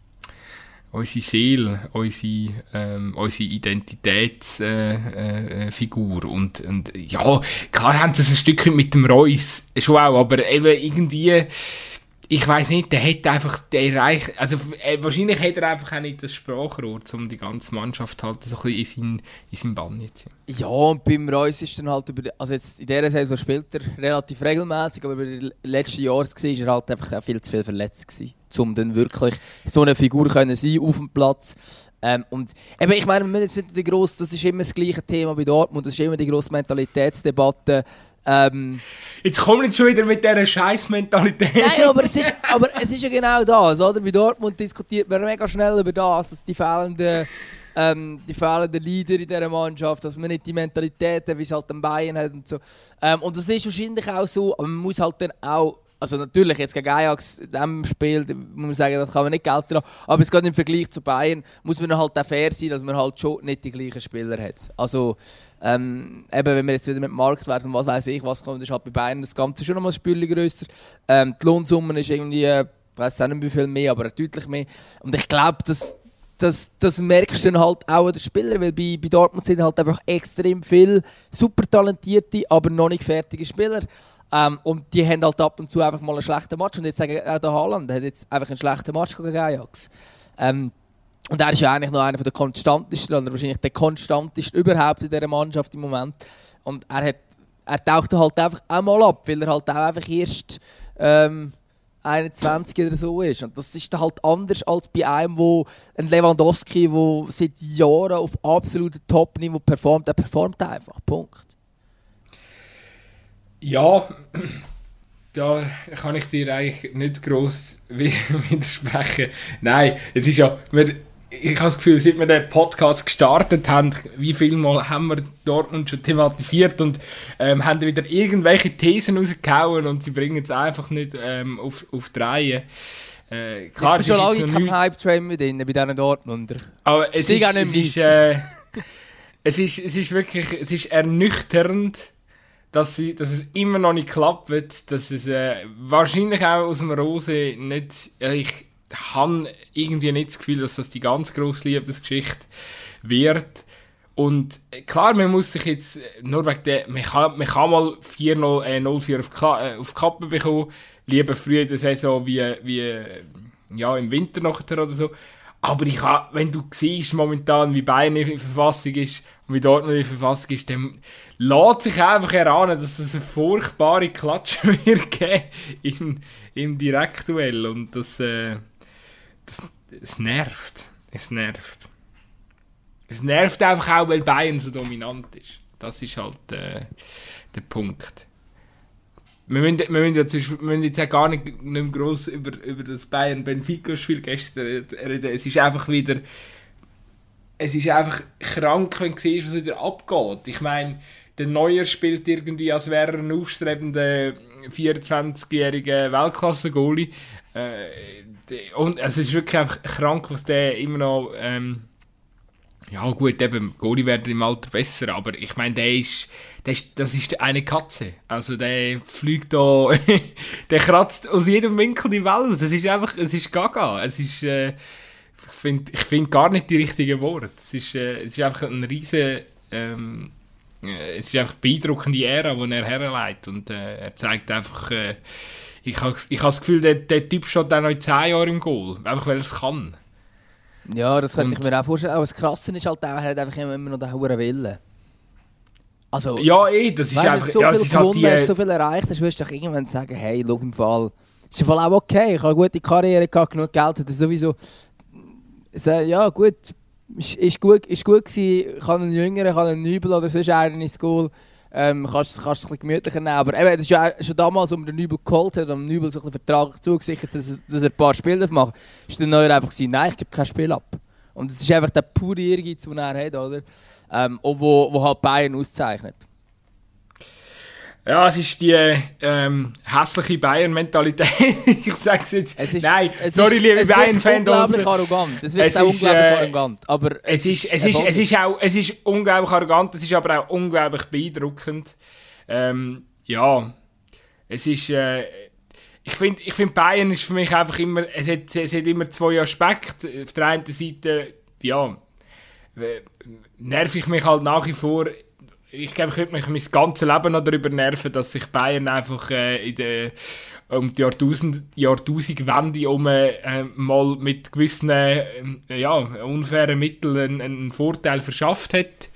unsere Seele, unsere, ähm, unsere Identitätsfigur. Äh, äh, Figur. und, und ja, klar haben sie es ein Stück mit dem Reus schon auch, aber eben irgendwie, ich weiss nicht, der hat einfach, der reicht, also äh, wahrscheinlich hat er einfach auch nicht das Sprachrohr, um die ganze Mannschaft halt so ein bisschen in seinen, in seinen Bann zu ziehen. Ja, und beim Reus ist dann halt über die, also jetzt in dieser Saison spielt er relativ regelmäßig, aber über die letzten Jahre war er halt einfach auch viel zu viel verletzt gewesen, um dann wirklich so eine Figur können sein auf dem Platz. Ähm, und eben, ich meine, wir müssen jetzt nicht die grosse, das ist immer das gleiche Thema bei Dortmund, das ist immer die grosse Mentalitätsdebatte. Ähm, Jetzt kommen wir schon wieder mit dieser Scheiß-Mentalität. Nein, aber es, ist, aber es ist ja genau das, oder? Bei Dortmund diskutiert man mega schnell über das, dass die fehlenden, ähm, die fehlenden Leader in dieser Mannschaft, dass man nicht die Mentalität hat, wie es halt den Bayern hat und so. Ähm, und das ist wahrscheinlich auch so, aber man muss halt dann auch, also natürlich jetzt gegen Ajax in diesem Spiel, muss man sagen, das kann man nicht gelten lassen, aber es geht im Vergleich zu Bayern, muss man halt auch fair sein, dass man halt schon nicht die gleichen Spieler hat. Also, ähm, eben, wenn wir jetzt wieder mit dem Marktwert und was weiß ich was kommt, ist halt bei Bayern das Ganze schon noch mal ein Spürchen grösser. Ähm, die Lohnsumme ist irgendwie, äh, ich weiss auch nicht wie viel mehr, aber deutlich mehr. Und ich glaube, das, das, das merkst du dann halt auch an den Spielern, weil bei, bei Dortmund sind halt einfach extrem viele super talentierte, aber noch nicht fertige Spieler. Ähm, und die haben halt ab und zu einfach mal einen schlechten Match. Und jetzt sagen auch der Haaland hat jetzt einfach einen schlechten Match gegen Ajax. Ähm, und er ist ja eigentlich noch einer der konstantesten, oder wahrscheinlich der konstanteste überhaupt in dieser Mannschaft im Moment. Und er, hat, er taucht halt einfach auch mal ab, weil er halt auch einfach erst ähm, einundzwanzig oder so ist. Und das ist dann halt anders als bei einem, wo ein Lewandowski, der seit Jahren auf absolutem Top-Niveau performt, der performt einfach. Punkt. Ja, da kann ich dir eigentlich nicht gross widersprechen. Nein, es ist ja, wir, ich habe das Gefühl, seit wir den Podcast gestartet haben, wie viel Mal haben wir Dortmund schon thematisiert und ähm, haben wieder irgendwelche Thesen rausgehauen und sie bringen es einfach nicht ähm, auf, auf die Reihe. Äh, klar, ich bin schon lange in kein Hype-Train mit ihnen, bei diesen Dortmunder. Aber es Sie ist, gehen es, nicht ist, äh, es, ist, es ist wirklich es ist ernüchternd, dass, sie, dass es immer noch nicht klappt, dass es äh, wahrscheinlich auch aus dem Rose nicht, äh, ich habe irgendwie nicht das Gefühl, dass das die ganz grosse Liebesgeschichte wird. Und äh, klar, man muss sich jetzt, nur wegen der, man kann, man kann mal vier null, äh, null vier auf, Kla- äh, auf die Kappe bekommen, lieber früh in der Saison wie, wie äh, ja, im Winter nachher oder so. Aber ich habe, wenn du siehst momentan, wie Bayern in Verfassung ist und wie Dortmund in Verfassung ist, dann lässt sich einfach erahnen, dass es eine furchtbare Klatsche wird geben im, im Direktduell. Und das, äh, das, das nervt. Es nervt. Es nervt einfach auch, weil Bayern so dominant ist. Das ist halt äh, der Punkt. Wir müssen, wir, müssen jetzt, wir müssen jetzt auch gar nicht, nicht mehr gross über, über das Bayern-Benfica-Spiel gestern reden. Es ist einfach wieder... Es ist einfach krank, wenn du siehst, was wieder abgeht. Ich meine, der Neuer spielt irgendwie, als wäre er ein aufstrebender vierundzwanzigjähriger Weltklasse-Goalie. Äh, und also es ist wirklich einfach krank, was der immer noch ähm, Ja gut, eben, Goalie werden im Alter besser, aber ich meine, der ist, der ist, das ist eine Katze. Also der fliegt da, der kratzt aus jedem Winkel die Welt aus. Es ist einfach, es ist gaga. Es ist, äh, ich finde ich find gar nicht die richtigen Worte. Es ist, äh, es ist einfach ein riesen, ähm, äh, es ist einfach eine beeindruckende Ära, die er herleitet. Und äh, er zeigt einfach, äh, ich habe ich ha das Gefühl, der, der Typ steht auch noch in zehn Jahren im Goal. Einfach weil er es kann. Ja, das könnte Und ich mir auch vorstellen. Aber das Krasse ist halt auch, er hat einfach immer noch den hohen Willen. Also, ja, eh, das ist weißt, einfach... wenn du so ja, viel es ist halt gewonnen die, hast, so viel erreicht hast, wirst du doch irgendwann sagen, hey, schau im Fall, ist im Fall auch okay, ich habe eine gute Karriere gehabt, genug Geld, hat er sowieso... So, ja, gut, ist, ist gut, ist gut gewesen, ich habe einen Jüngeren, ich habe einen Nübel oder sonst einen in School, ähm, kannst, kannst es ein bisschen gemütlicher nehmen, aber eben, das ist ja schon damals, als man den Nübel geholt hat, und dem Nübel so ein bisschen Vertrag zugesichert, dass, dass er ein paar Spiele machen darf, ist der Neuer einfach gesagt, nein, ich gebe kein Spiel ab. Und das ist einfach der pure Ehrgeiz, den er hat, oder? Ähm, und wo, wo halt Bayern auszeichnet. Ja, es ist die ähm, hässliche Bayern-Mentalität. Ich sag's jetzt. Es ist, Nein, es sorry, ist, liebe es Bayern-Fans. Es wird unglaublich arrogant. Es wird es auch ist, unglaublich äh, arrogant. Aber es, ist, es, ist, es, ist auch, es ist unglaublich arrogant, es ist aber auch unglaublich beeindruckend. Ähm, ja, es ist... Äh, ich finde, ich find Bayern ist für mich einfach immer... Es hat, es hat immer zwei Aspekte. Auf der einen Seite, ja, nerv ich mich halt nach wie vor... Ich glaube, ich könnte mich mein ganzes Leben noch darüber nerven, dass sich Bayern einfach äh, in der, um die Jahrtausend, Jahrtausendwende um, äh, mal mit gewissen äh, ja, unfairen Mitteln einen, einen Vorteil verschafft hat.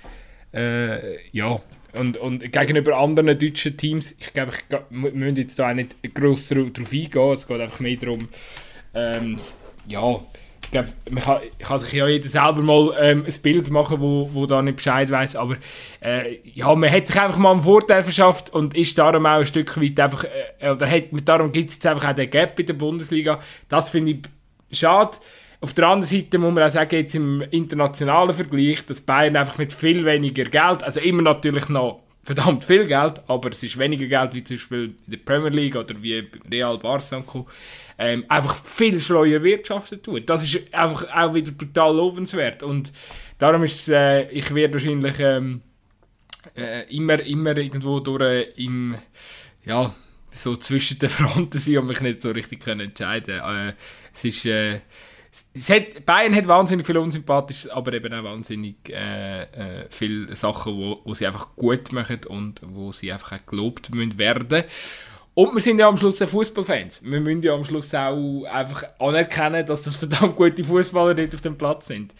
Äh, ja, und, und gegenüber anderen deutschen Teams, ich glaube, ich, wir müssen jetzt da auch nicht gross darauf eingehen, es geht einfach mehr darum, ähm, ja, ich glaube, man kann, kann sich ja jeder selber mal ähm, ein Bild machen, wo, wo da nicht Bescheid weiss, aber äh, ja, man hat sich einfach mal einen Vorteil verschafft und ist darum auch ein Stück weit einfach, äh, oder hat, darum gibt es jetzt einfach auch den Gap in der Bundesliga. Das finde ich schade. Auf der anderen Seite muss man auch sagen, jetzt im internationalen Vergleich, dass Bayern einfach mit viel weniger Geld, also immer natürlich noch verdammt viel Geld, aber es ist weniger Geld wie zum Beispiel in der Premier League oder wie Real Barca und Co. Ähm, einfach viel schleuer wirtschaften tut. Das ist einfach auch wieder total lobenswert. Und darum ist äh, ich werde wahrscheinlich ähm, äh, immer, immer irgendwo durch äh, im, ja, so zwischen den Fronten sein und mich nicht so richtig können entscheiden. Äh, es ist, äh, es hat, Bayern hat wahnsinnig viel Unsympathisches, aber eben auch wahnsinnig äh, äh, viele Sachen, wo, wo sie einfach gut machen und wo sie einfach auch gelobt müssen werden. Und wir sind ja am Schluss Fußballfans. Wir müssen ja am Schluss auch einfach anerkennen, dass das verdammt gute Fußballer dort auf dem Platz sind.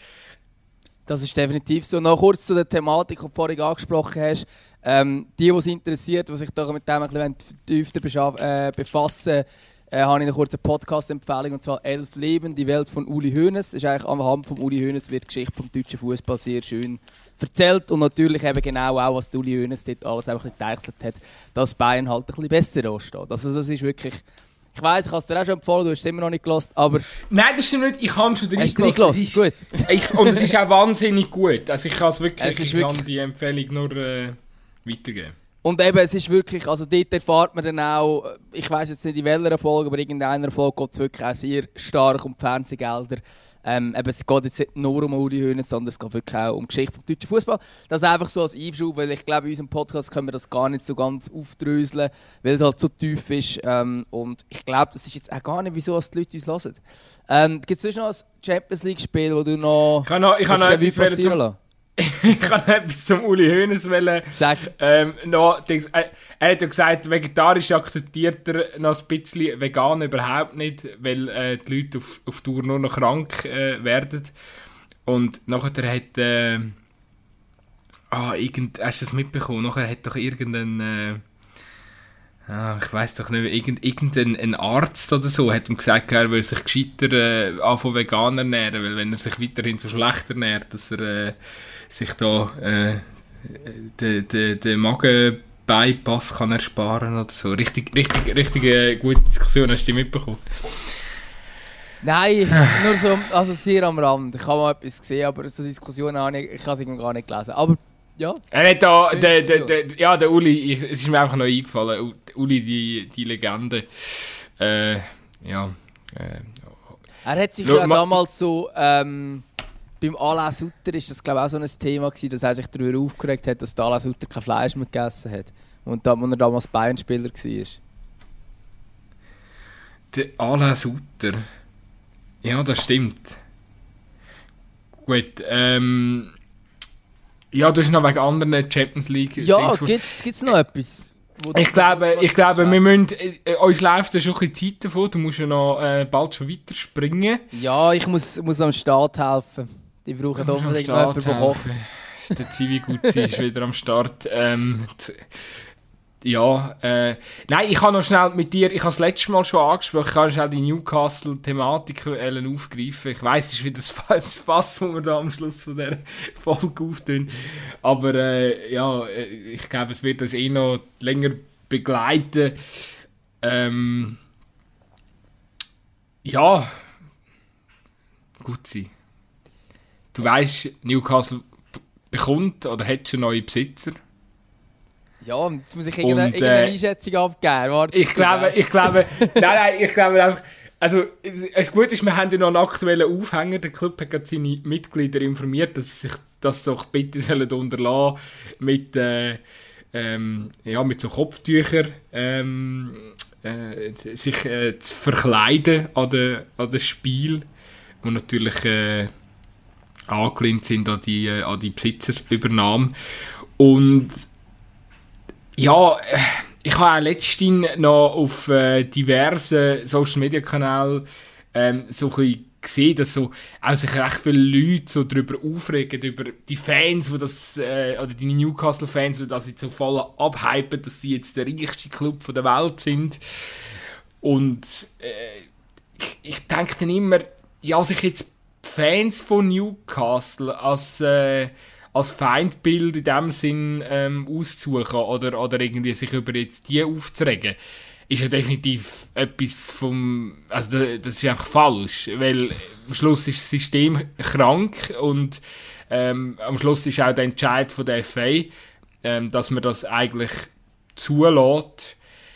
Das ist definitiv so. Noch kurz zu der Thematik, die du vorhin angesprochen hast. Ähm, die, die es interessiert, die sich da mit dem ein bisschen vertiefter äh, befassen, äh, habe ich eine kurze Podcast-Empfehlung, und zwar «Elf Leben, die Welt von Uli Hoeneß». Das ist eigentlich anhand von Uli Hoeneß wird die Geschichte vom deutschen Fußball sehr schön erzählt und natürlich eben genau auch, was Uli Hoeneß dort alles einfach ein bisschen geteichselt hat, dass Bayern halt ein bisschen besser dasteht. Also das ist wirklich... Ich weiss, ich habe es dir auch schon empfohlen, du hast es immer noch nicht gehört, aber... Nein, das stimmt nicht, ich habe schon drin gehört. Gut. Ich, und es ist auch wahnsinnig gut. Also ich kann es wirklich, es ich wirklich kann die Empfehlung nur äh, weitergeben. Und eben, es ist wirklich, also dort erfahrt man dann auch, ich weiss jetzt nicht in welcher Folge, aber in irgendeiner Folge geht es wirklich auch sehr stark um die Fernsehgelder. Ähm, eben, es geht jetzt nicht nur um Uli Hoeneß, sondern es geht wirklich auch um die Geschichte des deutschen Fußball. Das einfach so als Einschub, weil ich glaube, in unserem Podcast können wir das gar nicht so ganz aufdröseln, weil es halt so tief ist. Ähm, und ich glaube, das ist jetzt auch gar nicht, wieso die Leute uns hören. Ähm, Gibt es sonst noch ein Champions League-Spiel, wo du noch... Ich kann noch, ich kann noch etwas passieren lassen? Ich kann etwas zum Uli Hoeneß wollen. Sag. Ähm, noch, äh, er hat ja gesagt, vegetarisch akzeptiert er noch ein bisschen, vegan überhaupt nicht, weil äh, die Leute auf, auf Tour nur noch krank äh, werden. Und nachher hat... Äh, ah, irgend, hast du das mitbekommen? Nachher hat doch irgendein... Äh, ah, ich weiss doch nicht, irgend, irgendein ein Arzt oder so hat ihm gesagt, er will sich gescheiter äh, anfangen vegan ernähren, weil wenn er sich weiterhin so schlecht ernährt, dass er äh, sich da äh, den de, de Magen-Bypass kann ersparen oder so. Richtig, richtig, richtig äh, gute Diskussion, hast du die mitbekommen? Nein, nur so, also sehr am Rand. Ich habe mal etwas gesehen, aber so Diskussionen habe ich, ich habe es irgendwie gar nicht gelesen. Aber ja. Er hat da, der, der, der, ja, der Uli, ich, es ist mir einfach noch eingefallen, Uli, die, die Legende, äh, ja. Äh, er hat sich ja damals so, ähm, beim Alain Sutter war das, glaube ich, auch so ein Thema gewesen, dass er sich darüber aufgeregt hat, dass der Alain Sutter kein Fleisch mehr gegessen hat. Und da, als er damals Bayern-Spieler war. Der Alain Sutter. Ja, das stimmt. Gut, ähm... Ja, du hast noch wegen anderen Champions League... Ja, gibt es noch etwas? Ich glaube, ich glaube wir müssen... Äh, uns läuft ja schon ein bisschen Zeit davon. Du musst ja noch äh, bald schon weiter springen. Ja, ich muss, muss am Start helfen. Die brauchen unbedingt noch jemanden, der kocht. Der Zivi-Gutzi ist wieder am Start. Ähm, ja, äh, nein, ich habe noch schnell mit dir, ich habe das letzte Mal schon angesprochen, ich kann schnell die Newcastle-Thematik aufgreifen. Ich weiss, es ist wieder das Fass, das wir da am Schluss von dieser Folge auftun. Aber äh, ja, ich glaube, es wird uns eh noch länger begleiten. Ähm, ja, Gutzi. Du weißt, Newcastle bekommt oder hat schon neue Besitzer. Ja, jetzt muss ich irgendeine, und, äh, irgendeine Einschätzung abgeben. Warte, ich glaube, ich glaube, nein, nein, ich glaube einfach, also, es gut ist, wir haben ja noch einen aktuellen Aufhänger. Der Club hat gerade seine Mitglieder informiert, dass sie sich das doch bitte sollen unterlassen mit, äh, ähm, ja, mit so Kopftüchern ähm, äh, sich äh, zu verkleiden an den an den Spiel, wo natürlich äh, angelehnt sind an die, äh, an die Besitzerübernahme. Und ja, ich habe auch letztens noch auf äh, diversen Social-Media-Kanälen ähm, so ein bisschen gesehen, dass so, auch sich recht viele Leute so darüber aufregen, über die Fans, wo das, äh, oder die Newcastle-Fans, die das jetzt so voll abhypen, dass sie jetzt der reichste Club der Welt sind. Und äh, ich, ich denke dann immer, ja, sich jetzt Fans von Newcastle als... Äh, als Feindbild in dem Sinn ähm, auszusuchen oder, oder irgendwie sich über jetzt die aufzuregen, ist ja definitiv etwas vom... Also das ist einfach falsch, weil am Schluss ist das System krank und ähm, am Schluss ist auch der Entscheid von der F A, ähm, dass man das eigentlich zulässt,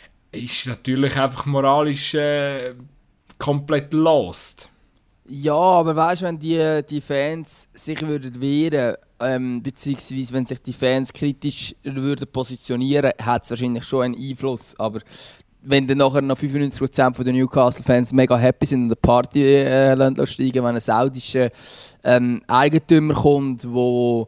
ist natürlich einfach moralisch äh, komplett lost. Ja, aber weißt du, wenn die, die Fans sich würden wehren, ähm, beziehungsweise wenn sich die Fans kritisch würden positionieren, hat es wahrscheinlich schon einen Einfluss. Aber wenn dann nachher noch fünfundneunzig Prozent der Newcastle-Fans mega happy sind und eine Party äh, steigen, wenn ein saudischer ähm, Eigentümer kommt, wo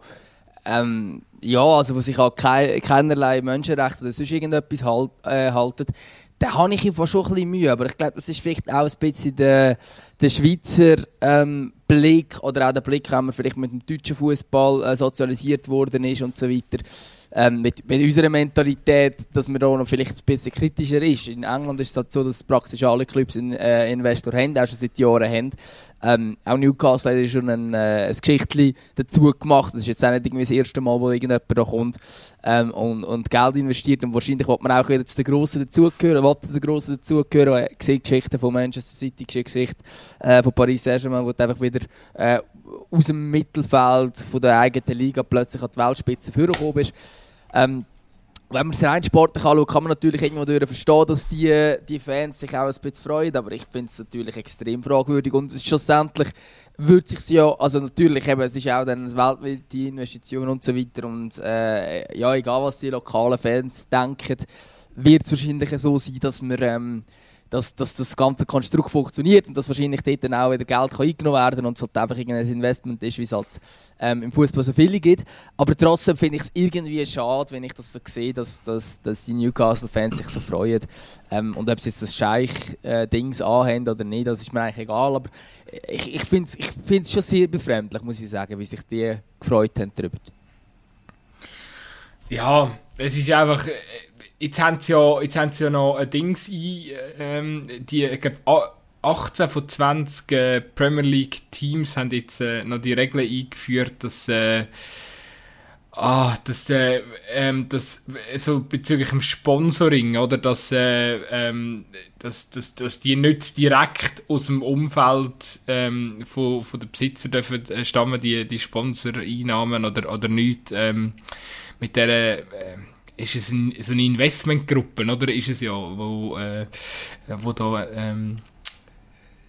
ähm, ja, also wo sich an kei- keinerlei Menschenrechte oder sonst irgendetwas halt, äh, halten, da habe ich einfach schon ein bisschen Mühe. Aber ich glaube, das ist vielleicht auch ein bisschen der, der Schweizer ähm, Blick oder auch der Blick, wenn man vielleicht mit dem deutschen Fußball äh, sozialisiert worden ist und so weiter. Ähm, mit, mit unserer Mentalität, dass man da noch vielleicht ein bisschen kritischer ist. In England ist es halt so, dass praktisch alle Clubs einen äh, Investor haben, auch schon seit Jahren haben. Ähm, auch Newcastle hat schon ein, äh, ein Geschichtchen dazu gemacht. Das ist jetzt auch nicht irgendwie das erste Mal, wo irgendjemand da kommt ähm, und, und Geld investiert. Und wahrscheinlich will man auch wieder zu den Grossen dazugehören, will zu den Grossen dazugehören. Ich sehe Geschichten von Manchester City, Geschichte äh, von Paris Saint-Germain, wo du einfach wieder äh, aus dem Mittelfeld von der eigenen Liga plötzlich an die Weltspitze vorgekommen bist. Ähm, wenn man es rein sportlich anschaut, kann man natürlich irgendwo verstehen, dass die, die Fans sich auch ein bisschen freuen, aber ich finde es natürlich extrem fragwürdig und es ist schlussendlich würde sich ja, also natürlich eben, es ist auch dann eine weltweite Investition und so weiter und äh, ja, egal was die lokalen Fans denken, wird es wahrscheinlich so sein, dass wir ähm, Dass, dass das ganze Konstrukt funktioniert und dass wahrscheinlich dort dann auch wieder Geld kann eingenommen werden kann und es halt einfach irgendein Investment ist, wie es halt ähm, im Fußball so viele gibt. Aber trotzdem finde ich es irgendwie schade, wenn ich das so sehe, dass, dass, dass die Newcastle-Fans sich so freuen. Ähm, und ob sie jetzt das Scheich-Dings äh, anhaben oder nicht, das ist mir eigentlich egal. Aber ich, ich finde es ich find's schon sehr befremdlich, muss ich sagen, wie sich die gefreut haben darüber. Ja, es ist einfach... Jetzt haben sie ja, jetzt haben sie ja noch ein Dings ein, ähm, die, ich glaube, achtzehn von zwanzig äh, Premier League Teams haben jetzt äh, noch die Regeln eingeführt, dass, äh, ah, dass, äh, ähm, dass so bezüglich dem Sponsoring, oder, dass, äh, ähm, dass, dass, dass die nicht direkt aus dem Umfeld ähm, von, von den Besitzern dürfen, äh, stammen, die, die Sponsoreinnahmen oder, oder nicht, ähm, mit der, äh, ist es ein, so eine Investmentgruppe, oder ist es ja, wo, äh, wo da ähm,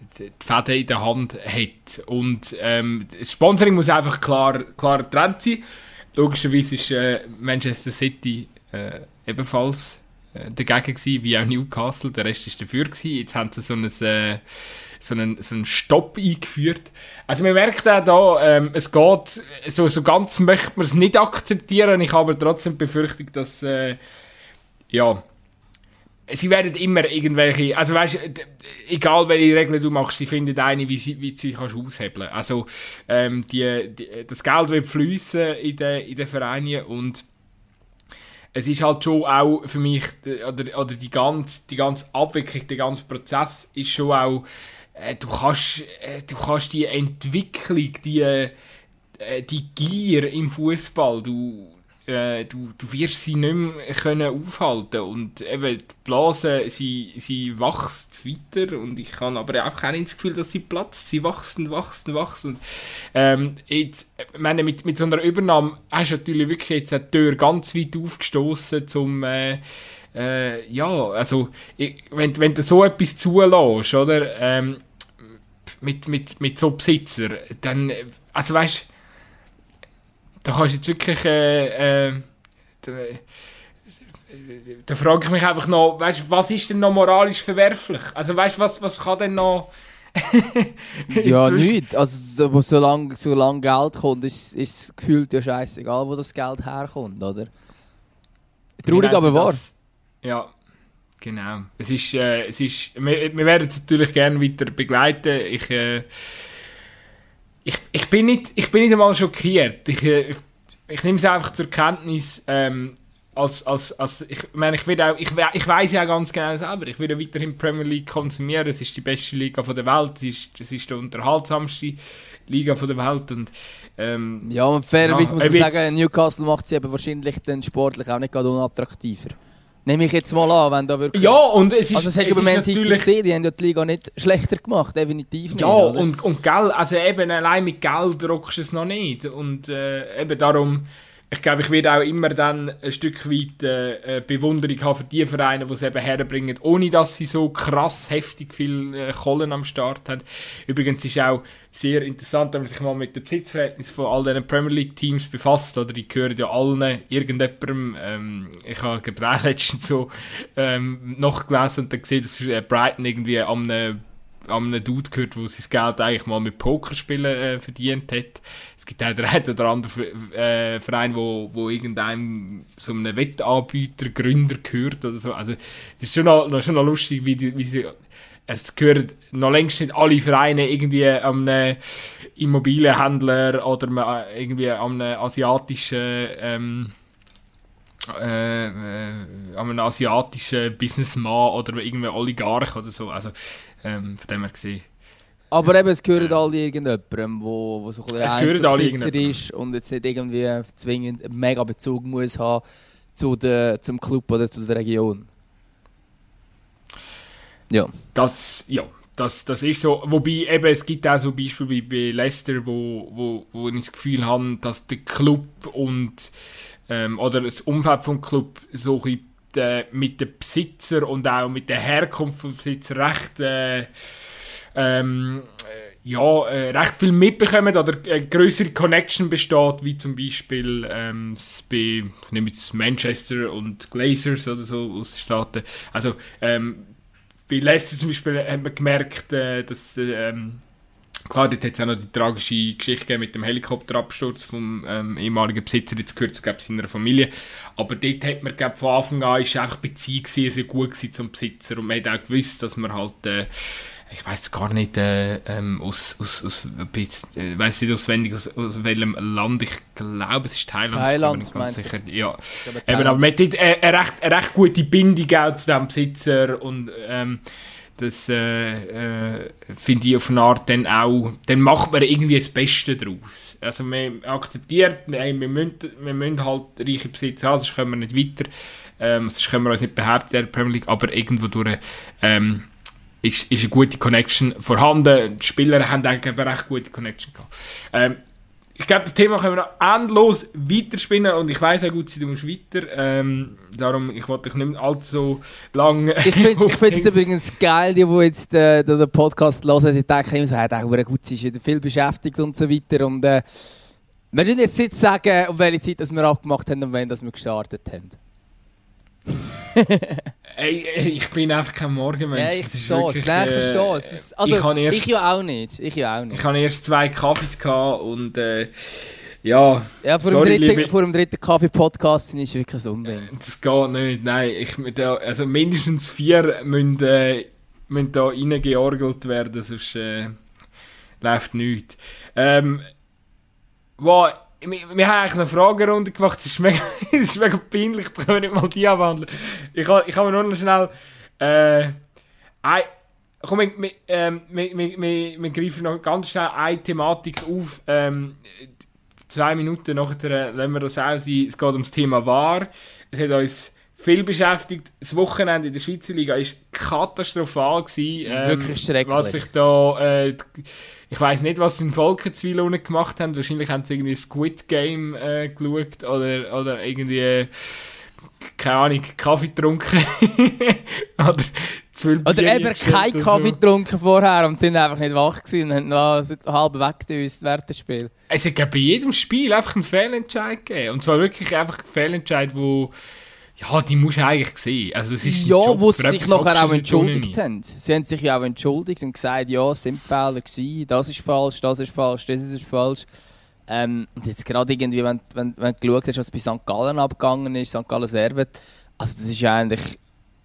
die Fäden in der Hand hat. Und ähm, das Sponsoring muss einfach klar, klar getrennt sein. Logischerweise ist äh, Manchester City äh, ebenfalls äh, dagegen gewesen, wie auch Newcastle. Der Rest war dafür gewesen. Jetzt haben sie so einen, äh, so einen, so einen Stopp eingeführt. Also man merkt auch da, ähm, es geht, so, so ganz möchte man es nicht akzeptieren. Ich habe aber trotzdem die Befürchtung, dass äh, ja, sie werden immer irgendwelche, also weißt, egal welche Regeln du machst, sie finden eine, wie sie, wie sie kannst aushebeln. Also ähm, die, die, das Geld wird fließen in den in den Vereinen und es ist halt schon auch für mich, oder, oder die ganze, die ganze Abwicklung, der ganze Prozess ist schon auch, äh, du kannst, äh, du kannst die Entwicklung, die, äh, die Gier im Fußball, du Du, du wirst sie nicht mehr können aufhalten und eben die Blase, sie, sie wächst weiter und ich habe aber einfach auch nicht das Gefühl, dass sie platzt, sie wächst und wächst und wächst und ähm, jetzt, ich meine, mit, mit so einer Übernahme hast du natürlich wirklich jetzt eine Tür ganz weit aufgestoßen zum äh, äh, ja, also ich, wenn, wenn du so etwas zulässt, oder, ähm, mit, mit, mit so Besitzer, dann, also weißt du, da kannst du jetzt wirklich, äh, äh, da, da frage ich mich einfach noch, weißt, was ist denn noch moralisch verwerflich? Also weißt, was, was kann denn noch... ja, nichts. Also so, solange, solange Geld kommt, ist, ist es gefühlt ja scheißegal, wo das Geld herkommt, oder? Traurig, aber wahr. Das, ja, genau. Es ist, äh, es ist, wir, wir werden es natürlich gerne weiter begleiten. Ich... Äh, Ich, ich, bin nicht, ich bin nicht einmal schockiert. Ich, ich, ich nehme es einfach zur Kenntnis. Ähm, als, als, als, ich meine, ich, auch, ich, ich weiss ja auch ganz genau selber, ich werde weiterhin die Premier League konsumieren. Es ist die beste Liga der Welt. Es ist, es ist die unterhaltsamste Liga der Welt. Und, ähm, ja, und fairerweise ja, muss man sagen, Newcastle macht sie eben wahrscheinlich dann sportlich auch nicht gerade unattraktiver. Nehme ich jetzt mal an, wenn da wirklich... Ja, und es ist... Also das hast du bei Man City gesehen, die haben ja die Liga nicht schlechter gemacht, definitiv nicht. Ja, oder? und, und Geld, also eben allein mit Geld rockst du es noch nicht. Und äh, eben darum, ich glaube, ich werde auch immer dann ein Stück weit äh, Bewunderung haben für die Vereine, die es eben herbringen, ohne dass sie so krass heftig viel äh, Kohlen am Start haben. Übrigens ist auch sehr interessant, wenn man sich mal mit dem Besitzverhältnis von all diesen Premier League Teams befasst, oder die gehören ja allen irgendjemandem. Ähm, ich habe gerade letztens so ähm, noch gelesen und dann gesehen, dass äh, Brighton irgendwie am einem an einem Dude gehört, der sein Geld eigentlich mal mit Pokerspielen äh, verdient hat. Es gibt auch den einen oder anderen äh, Verein, wo, wo irgendeinem so einem Wettanbieter, Gründer gehört oder so. Also es ist schon noch, noch, schon noch lustig, wie, die, wie sie... Es gehören noch längst nicht alle Vereine irgendwie an einem Immobilienhändler oder irgendwie an einem asiatischen... Ähm, Äh, äh, an einen asiatischen Businessman oder irgendwie Oligarch oder so. Also, ähm, von dem her gesehen. Aber eben, es gehören äh, alle irgendjemandem, wo, wo so ein Einzelbesitzer ist und jetzt nicht irgendwie zwingend einen mega Bezug muss haben zu der, zum Club oder zu der Region. Ja. Das, ja. Das, das ist so. Wobei eben, es gibt auch so Beispiele wie bei Leicester, wo, wo, wo ich das Gefühl habe, dass der Club und Ähm, oder das Umfeld vom Club so ein bisschen, äh, mit den Besitzer und auch mit der Herkunft des Besitzer recht, äh, ähm, äh, ja, äh, recht viel mitbekommen oder eine größere Connection besteht, wie zum Beispiel ähm, bei ich nehme jetzt Manchester und Glazers oder so aus den Staaten. Also ähm, bei Leicester zum Beispiel hat man gemerkt, äh, dass ähm, klar, dort hat es auch noch die tragische Geschichte mit dem Helikopterabsturz vom ähm, ehemaligen Besitzer, jetzt gehört es glaube seiner Familie. Aber dort hat man glaub, von Anfang an ist einfach die Beziehung sehr, sehr gut zum Besitzer und man hat auch gewusst, dass man halt, äh, ich weiß gar nicht, äh, ähm, aus, aus, aus äh, weiß nicht auswendig aus, aus welchem Land, ich glaube es ist Thailand. Thailand, ich ganz sicher. Ich. Ja. Ich Eben, aber man hat dort äh, eine, recht, eine recht gute Bindung auch zu diesem Besitzer und ähm, das äh, äh, finde ich auf eine Art dann auch, dann macht man irgendwie das Beste daraus. Also man akzeptiert, ey, wir, müssen, wir müssen halt reiche Besitzer haben, sonst kommen wir nicht weiter, ähm, sonst können wir uns nicht behaupten in der Premier League, aber irgendwo durch ähm, ist, ist eine gute Connection vorhanden. Die Spieler haben eigentlich eine recht gute Connection gehabt. Ähm, ich glaube, das Thema können wir noch endlos weiterspinnen und ich weiss auch gut, du musst weiter. Ähm, darum, ich wollte dich nicht mehr allzu so lange... Ich finde es ich übrigens geil, die, die jetzt äh, den Podcast hören, die denken immer so, hey, der ist gut, sie ist wieder viel beschäftigt und so weiter. Und äh, wir müssen jetzt nicht sagen, um welche Zeit dass wir abgemacht haben und wann dass wir gestartet haben. Ey, ich bin einfach kein Morgenmensch. Ja, ich verstehe es. Nein, ich verstehe es. Also, ich, erst, ich ja auch nicht. Ich ja auch nicht. Ich hatte erst zwei Kaffees gehabt und äh, ja... Ja, vor, sorry, dem dritten, liebe, vor dem dritten Kaffee-Podcast ist wirklich ein Unding. Das geht nicht, nein. Ich, also mindestens vier müssen, äh, müssen da reingeorgelt werden, sonst äh, läuft nichts. Ähm, wo, wir, wir haben eigentlich eine Fragerunde gemacht, das ist mega, das ist mega peinlich, da können wir nicht mal die abhandeln. Ich kann, ich kann mir nur noch schnell... Äh, ein, komm, wir, wir, ähm, wir, wir, wir, wir greifen noch ganz schnell eine Thematik auf. Ähm, zwei Minuten nachher lassen wir das auch sein. Es geht um das Thema V A R. Es hat uns viel beschäftigt. Das Wochenende in der Schweizer Liga war katastrophal gewesen. Ähm, Wirklich schrecklich. Was sich da... Äh, Ich weiss nicht, was sie in Volkenswil unten gemacht haben. Wahrscheinlich haben sie irgendwie Squid Game äh, geschaut oder, oder irgendwie, äh, keine Ahnung, Kaffee getrunken. oder zwölf Oder eben keinen Kaffee getrunken so. vorher und sind einfach nicht wach gewesen und haben noch halb weggedöst während des Spiels. Es hat bei jedem Spiel einfach einen Fehlentscheid gegeben. Und zwar wirklich einfach einen Fehlentscheid, wo... Ja, die musst du eigentlich sehen. Also das ist ja, wo sie sich nachher auch entschuldigt haben. Sie haben sich ja auch entschuldigt und gesagt, ja, es sind Fehler gewesen, das ist falsch, das ist falsch, das ist falsch. Ähm, und jetzt gerade irgendwie, wenn, wenn, wenn du geschaut hast, was bei Sankt Gallen abgegangen ist, Sankt Gallen Servet, also das ist ja eigentlich...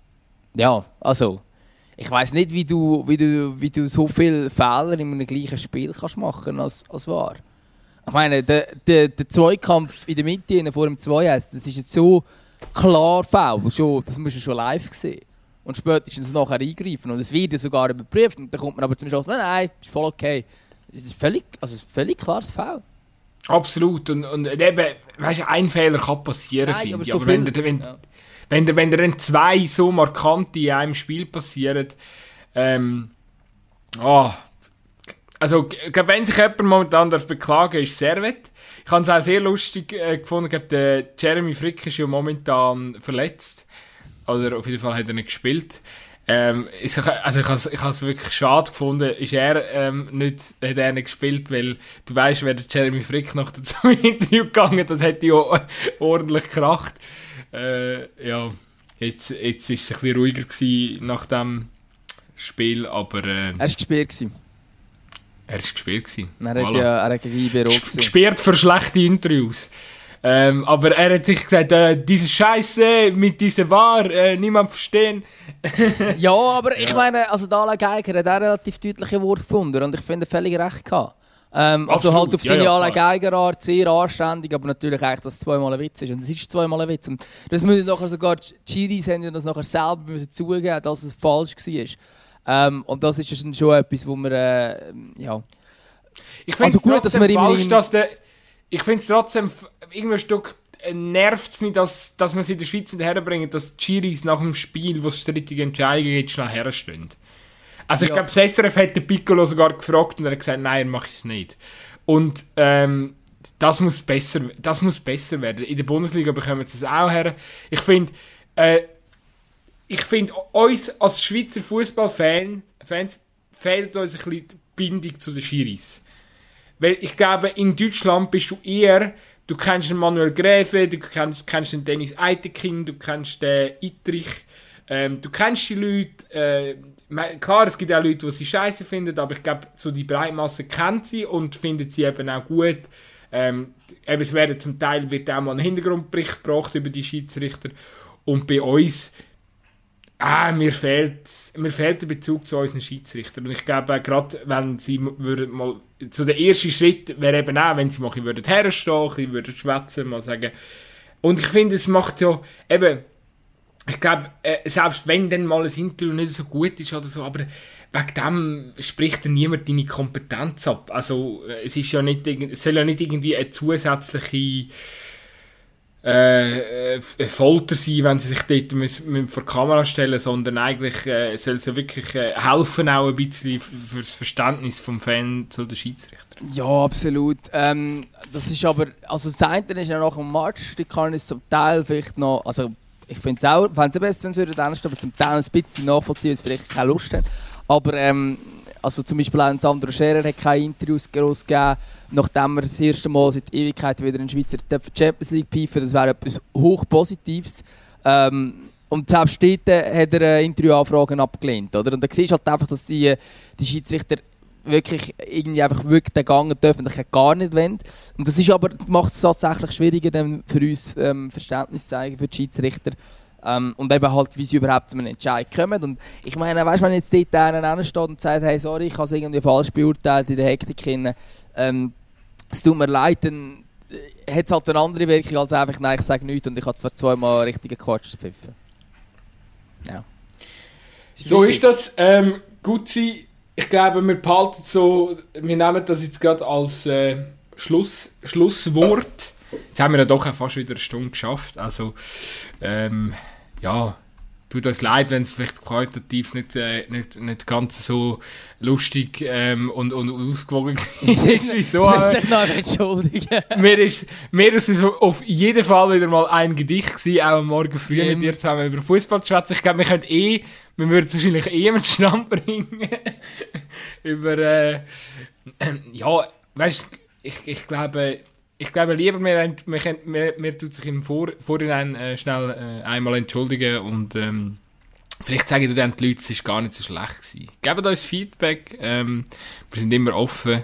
Ja, also... Ich weiss nicht, wie du, wie, du, wie du so viele Fehler in einem gleichen Spiel kannst machen als, als V A R. Ich meine, der, der, der Zweikampf in der Mitte vor dem zwei eins, das ist jetzt so... Klar Foul, schon, das musst du schon live sehen. Und spätestens nachher eingreifen. Und es wird ja sogar überprüft. Und dann kommt man aber zum Schluss, nein, nein, ist voll okay. Es ist völlig, also ist völlig klares Foul. Absolut. Und, und eben, weißt du, ein Fehler kann passieren, nein, finde aber ich. so aber wenn, viel, wenn, ja. wenn, wenn, wenn dann zwei so markante in einem Spiel passieren, ähm, oh, also, wenn sich jemand momentan darf beklagen darf, ist Servet. Ich habe es auch sehr lustig äh, gefunden. Ich glaube, der Jeremy Frick ist ja momentan verletzt. Oder auf jeden Fall hat er nicht gespielt. Ähm, ich, also ich habe es ich has wirklich schade gefunden. Ist er ähm, nicht, hat er nicht gespielt, weil du weißt, wäre der Jeremy Frick nach dem Interview gegangen, das hätte ja ordentlich gekracht. Äh, ja, jetzt, jetzt ist es ein bisschen ruhiger gewesen nach dem Spiel, aber... Äh, er war gespielt gewesen. Er war gespielt. Er hat voilà. ja er hat gegen I B G- gespielt für schlechte Interviews. Ähm, aber er hat sich gesagt, äh, diese Scheiße mit dieser V A R, äh, niemand verstehen. Ja, aber ich ja. meine, also Alain Geiger hat auch relativ deutliche Worte gefunden und ich finde, völlig recht gehabt. Ähm, also halt auf seine ja, ja, Alain Geiger-Art sehr anständig, aber natürlich eigentlich, dass es zweimal ein Witz ist. Und es ist zweimal ein Witz. Und das müssen nachher sogar die Chiris haben das nachher selber müssen zugeben, dass es falsch war. Ähm, und das ist dann schon etwas, wo wir, äh, ja... Ich finde es also trotzdem dass falsch, dass der... Ich finde es trotzdem, irgendein Stück nervt es mich, dass, dass man es in der Schweiz herbringen, dass die Chiris nach dem Spiel, wo es strittige Entscheidungen gibt, schnell herstehen. Also ich ja. glaube, das S R F hat den Piccolo sogar gefragt und er hat gesagt, nein, mache ich es nicht. Und ähm, das muss besser, das muss besser werden. In der Bundesliga bekommen sie es auch her. Ich finde... Äh, Ich finde, uns als Schweizer Fußballfans fehlt uns ein bisschen die Bindung zu den Schiris. Weil ich glaube, in Deutschland bist du eher, du kennst den Manuel Gräfe, du kennst, kennst den Dennis Eitekin, du kennst den Ittrich, ähm, du kennst die Leute. Äh, klar, es gibt auch Leute, die sie scheiße finden, aber ich glaube, so die Breitmasse kennt sie und findet sie eben auch gut. Ähm, eben, es werden zum Teil wird auch mal ein Hintergrundbericht gebracht über die Schiedsrichter. Und bei uns Ah, mir fehlt, mir fehlt der Bezug zu unseren Schiedsrichtern. Und ich glaube, gerade wenn sie würden mal, so der erste Schritt wäre eben auch, wenn sie mal würden herstehen, würden schwätzen, mal sagen. Und ich finde, es macht ja eben, ich glaube, äh, selbst wenn dann mal ein Interview nicht so gut ist oder so, aber wegen dem spricht dann niemand deine Kompetenz ab. Also es ist ja nicht, es soll ja nicht irgendwie eine zusätzliche äh, eine Folter sein, wenn sie sich dort müssen, müssen vor die Kamera stellen, sondern eigentlich äh, soll es ja wirklich äh, helfen, auch ein bisschen für das Verständnis vom Fan zu den Schiedsrichtern. Ja, absolut. Ähm, das ist aber, also das eine ist ja nach dem Match, die kann ich zum Teil vielleicht noch, also ich finde es auch, fände es besser, wenn es würde, aber zum Teil ein bisschen nachvollziehen, weil es vielleicht keine Lust hat. Aber ähm, also zum Beispiel auch Sandro Scherer hat keine Interviews groß gegeben, nachdem er das erste Mal seit Ewigkeiten wieder in Schweizer Champions League pfeifen. Das wäre etwas hochpositives. Ähm, und selbst dort hat er Interviewanfragen abgelehnt. Oder? Und da siehst du halt einfach, dass die, die Schiedsrichter wirklich irgendwie einfach wirklich den Gang dürfen, gar nicht wollen. Und das ist aber, macht es tatsächlich schwieriger, dann für uns ähm, Verständnis zu zeigen für die Schiedsrichter. Um, und eben halt, wie sie überhaupt zu einem Entscheid kommen. Und ich meine, weißt, wenn jetzt dort einer steht und sagt, hey, sorry, ich habe es irgendwie falsch beurteilt in der Hektik hin, ähm, es tut mir leid, dann hat es halt eine andere Wirkung als einfach, nein, ich sage nichts und ich habe zwar zweimal einen richtigen Quatsch zu pfiffen. Ja. So ist das. Ähm, gut sein. Ich glaube, wir behalten so, wir nehmen das jetzt gerade als äh, Schluss, Schlusswort. Jetzt haben wir ja doch auch fast wieder eine Stunde geschafft. Also, ähm, ja, tut uns leid, wenn es vielleicht qualitativ nicht, äh, nicht, nicht ganz so lustig ähm, und, und ausgewogen ist. Wieso? Du musst dich noch entschuldigen. mir, ist, mir ist es auf jeden Fall wieder mal ein Gedicht gewesen, auch am Morgen früh ja, mit dir zusammen über Fußball zu schwätzen. Ich glaube, wir könnten eh, wir würden es wahrscheinlich eh mit Stand bringen. über, äh, äh, ja, weißt du, ich, ich glaube... Ich glaube lieber, wir, wir, wir, wir tun sich im Vor, Vorhinein äh, schnell äh, einmal entschuldigen und ähm, vielleicht sagen dir dann die Leute, es war gar nicht so schlecht gewesen. Gebt uns Feedback, ähm, wir sind immer offen.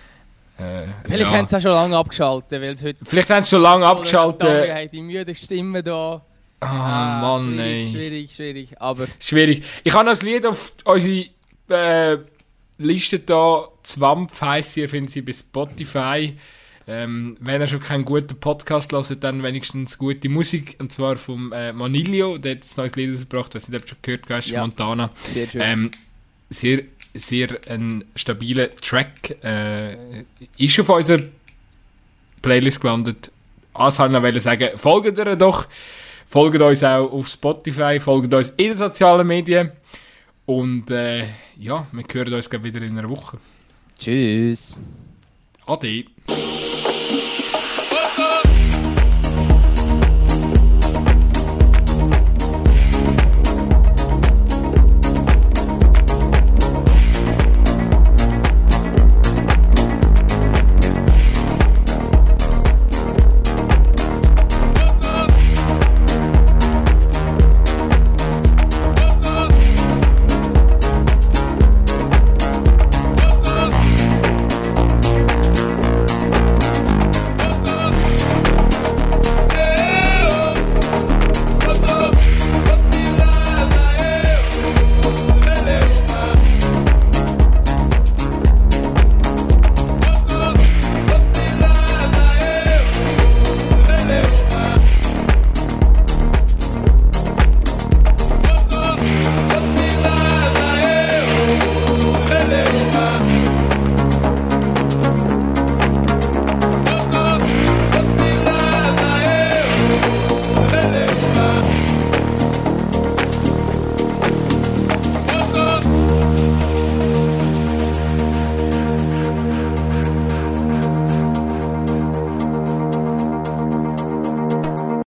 Äh, vielleicht ja. haben sie auch schon lange abgeschaltet, weil es heute... Vielleicht haben sie schon lange abgeschaltet. Wir haben die müde Stimme da. Oh ah, Mann, schwierig, ey. Schwierig, schwierig, aber... Schwierig. Ich habe noch ein Lied auf unsere äh, Liste da, Zwampf heisst sie, ihr findet sie bei Spotify. Ähm, wenn ihr schon keinen guten Podcast hört, dann wenigstens gute Musik. Und zwar vom äh, Manilio, der hat ein neues Lied rausgebracht, das ich schon gehört habe, ja. Montana. Sehr schön. Ähm, sehr, sehr ein stabiler Track. Äh, ist auf unserer Playlist gelandet. Also wollte ich noch sagen, folgt ihr doch. Folgt uns auch auf Spotify, folgt uns in den sozialen Medien. Und äh, ja, wir hören uns wieder in einer Woche. Tschüss. Ade.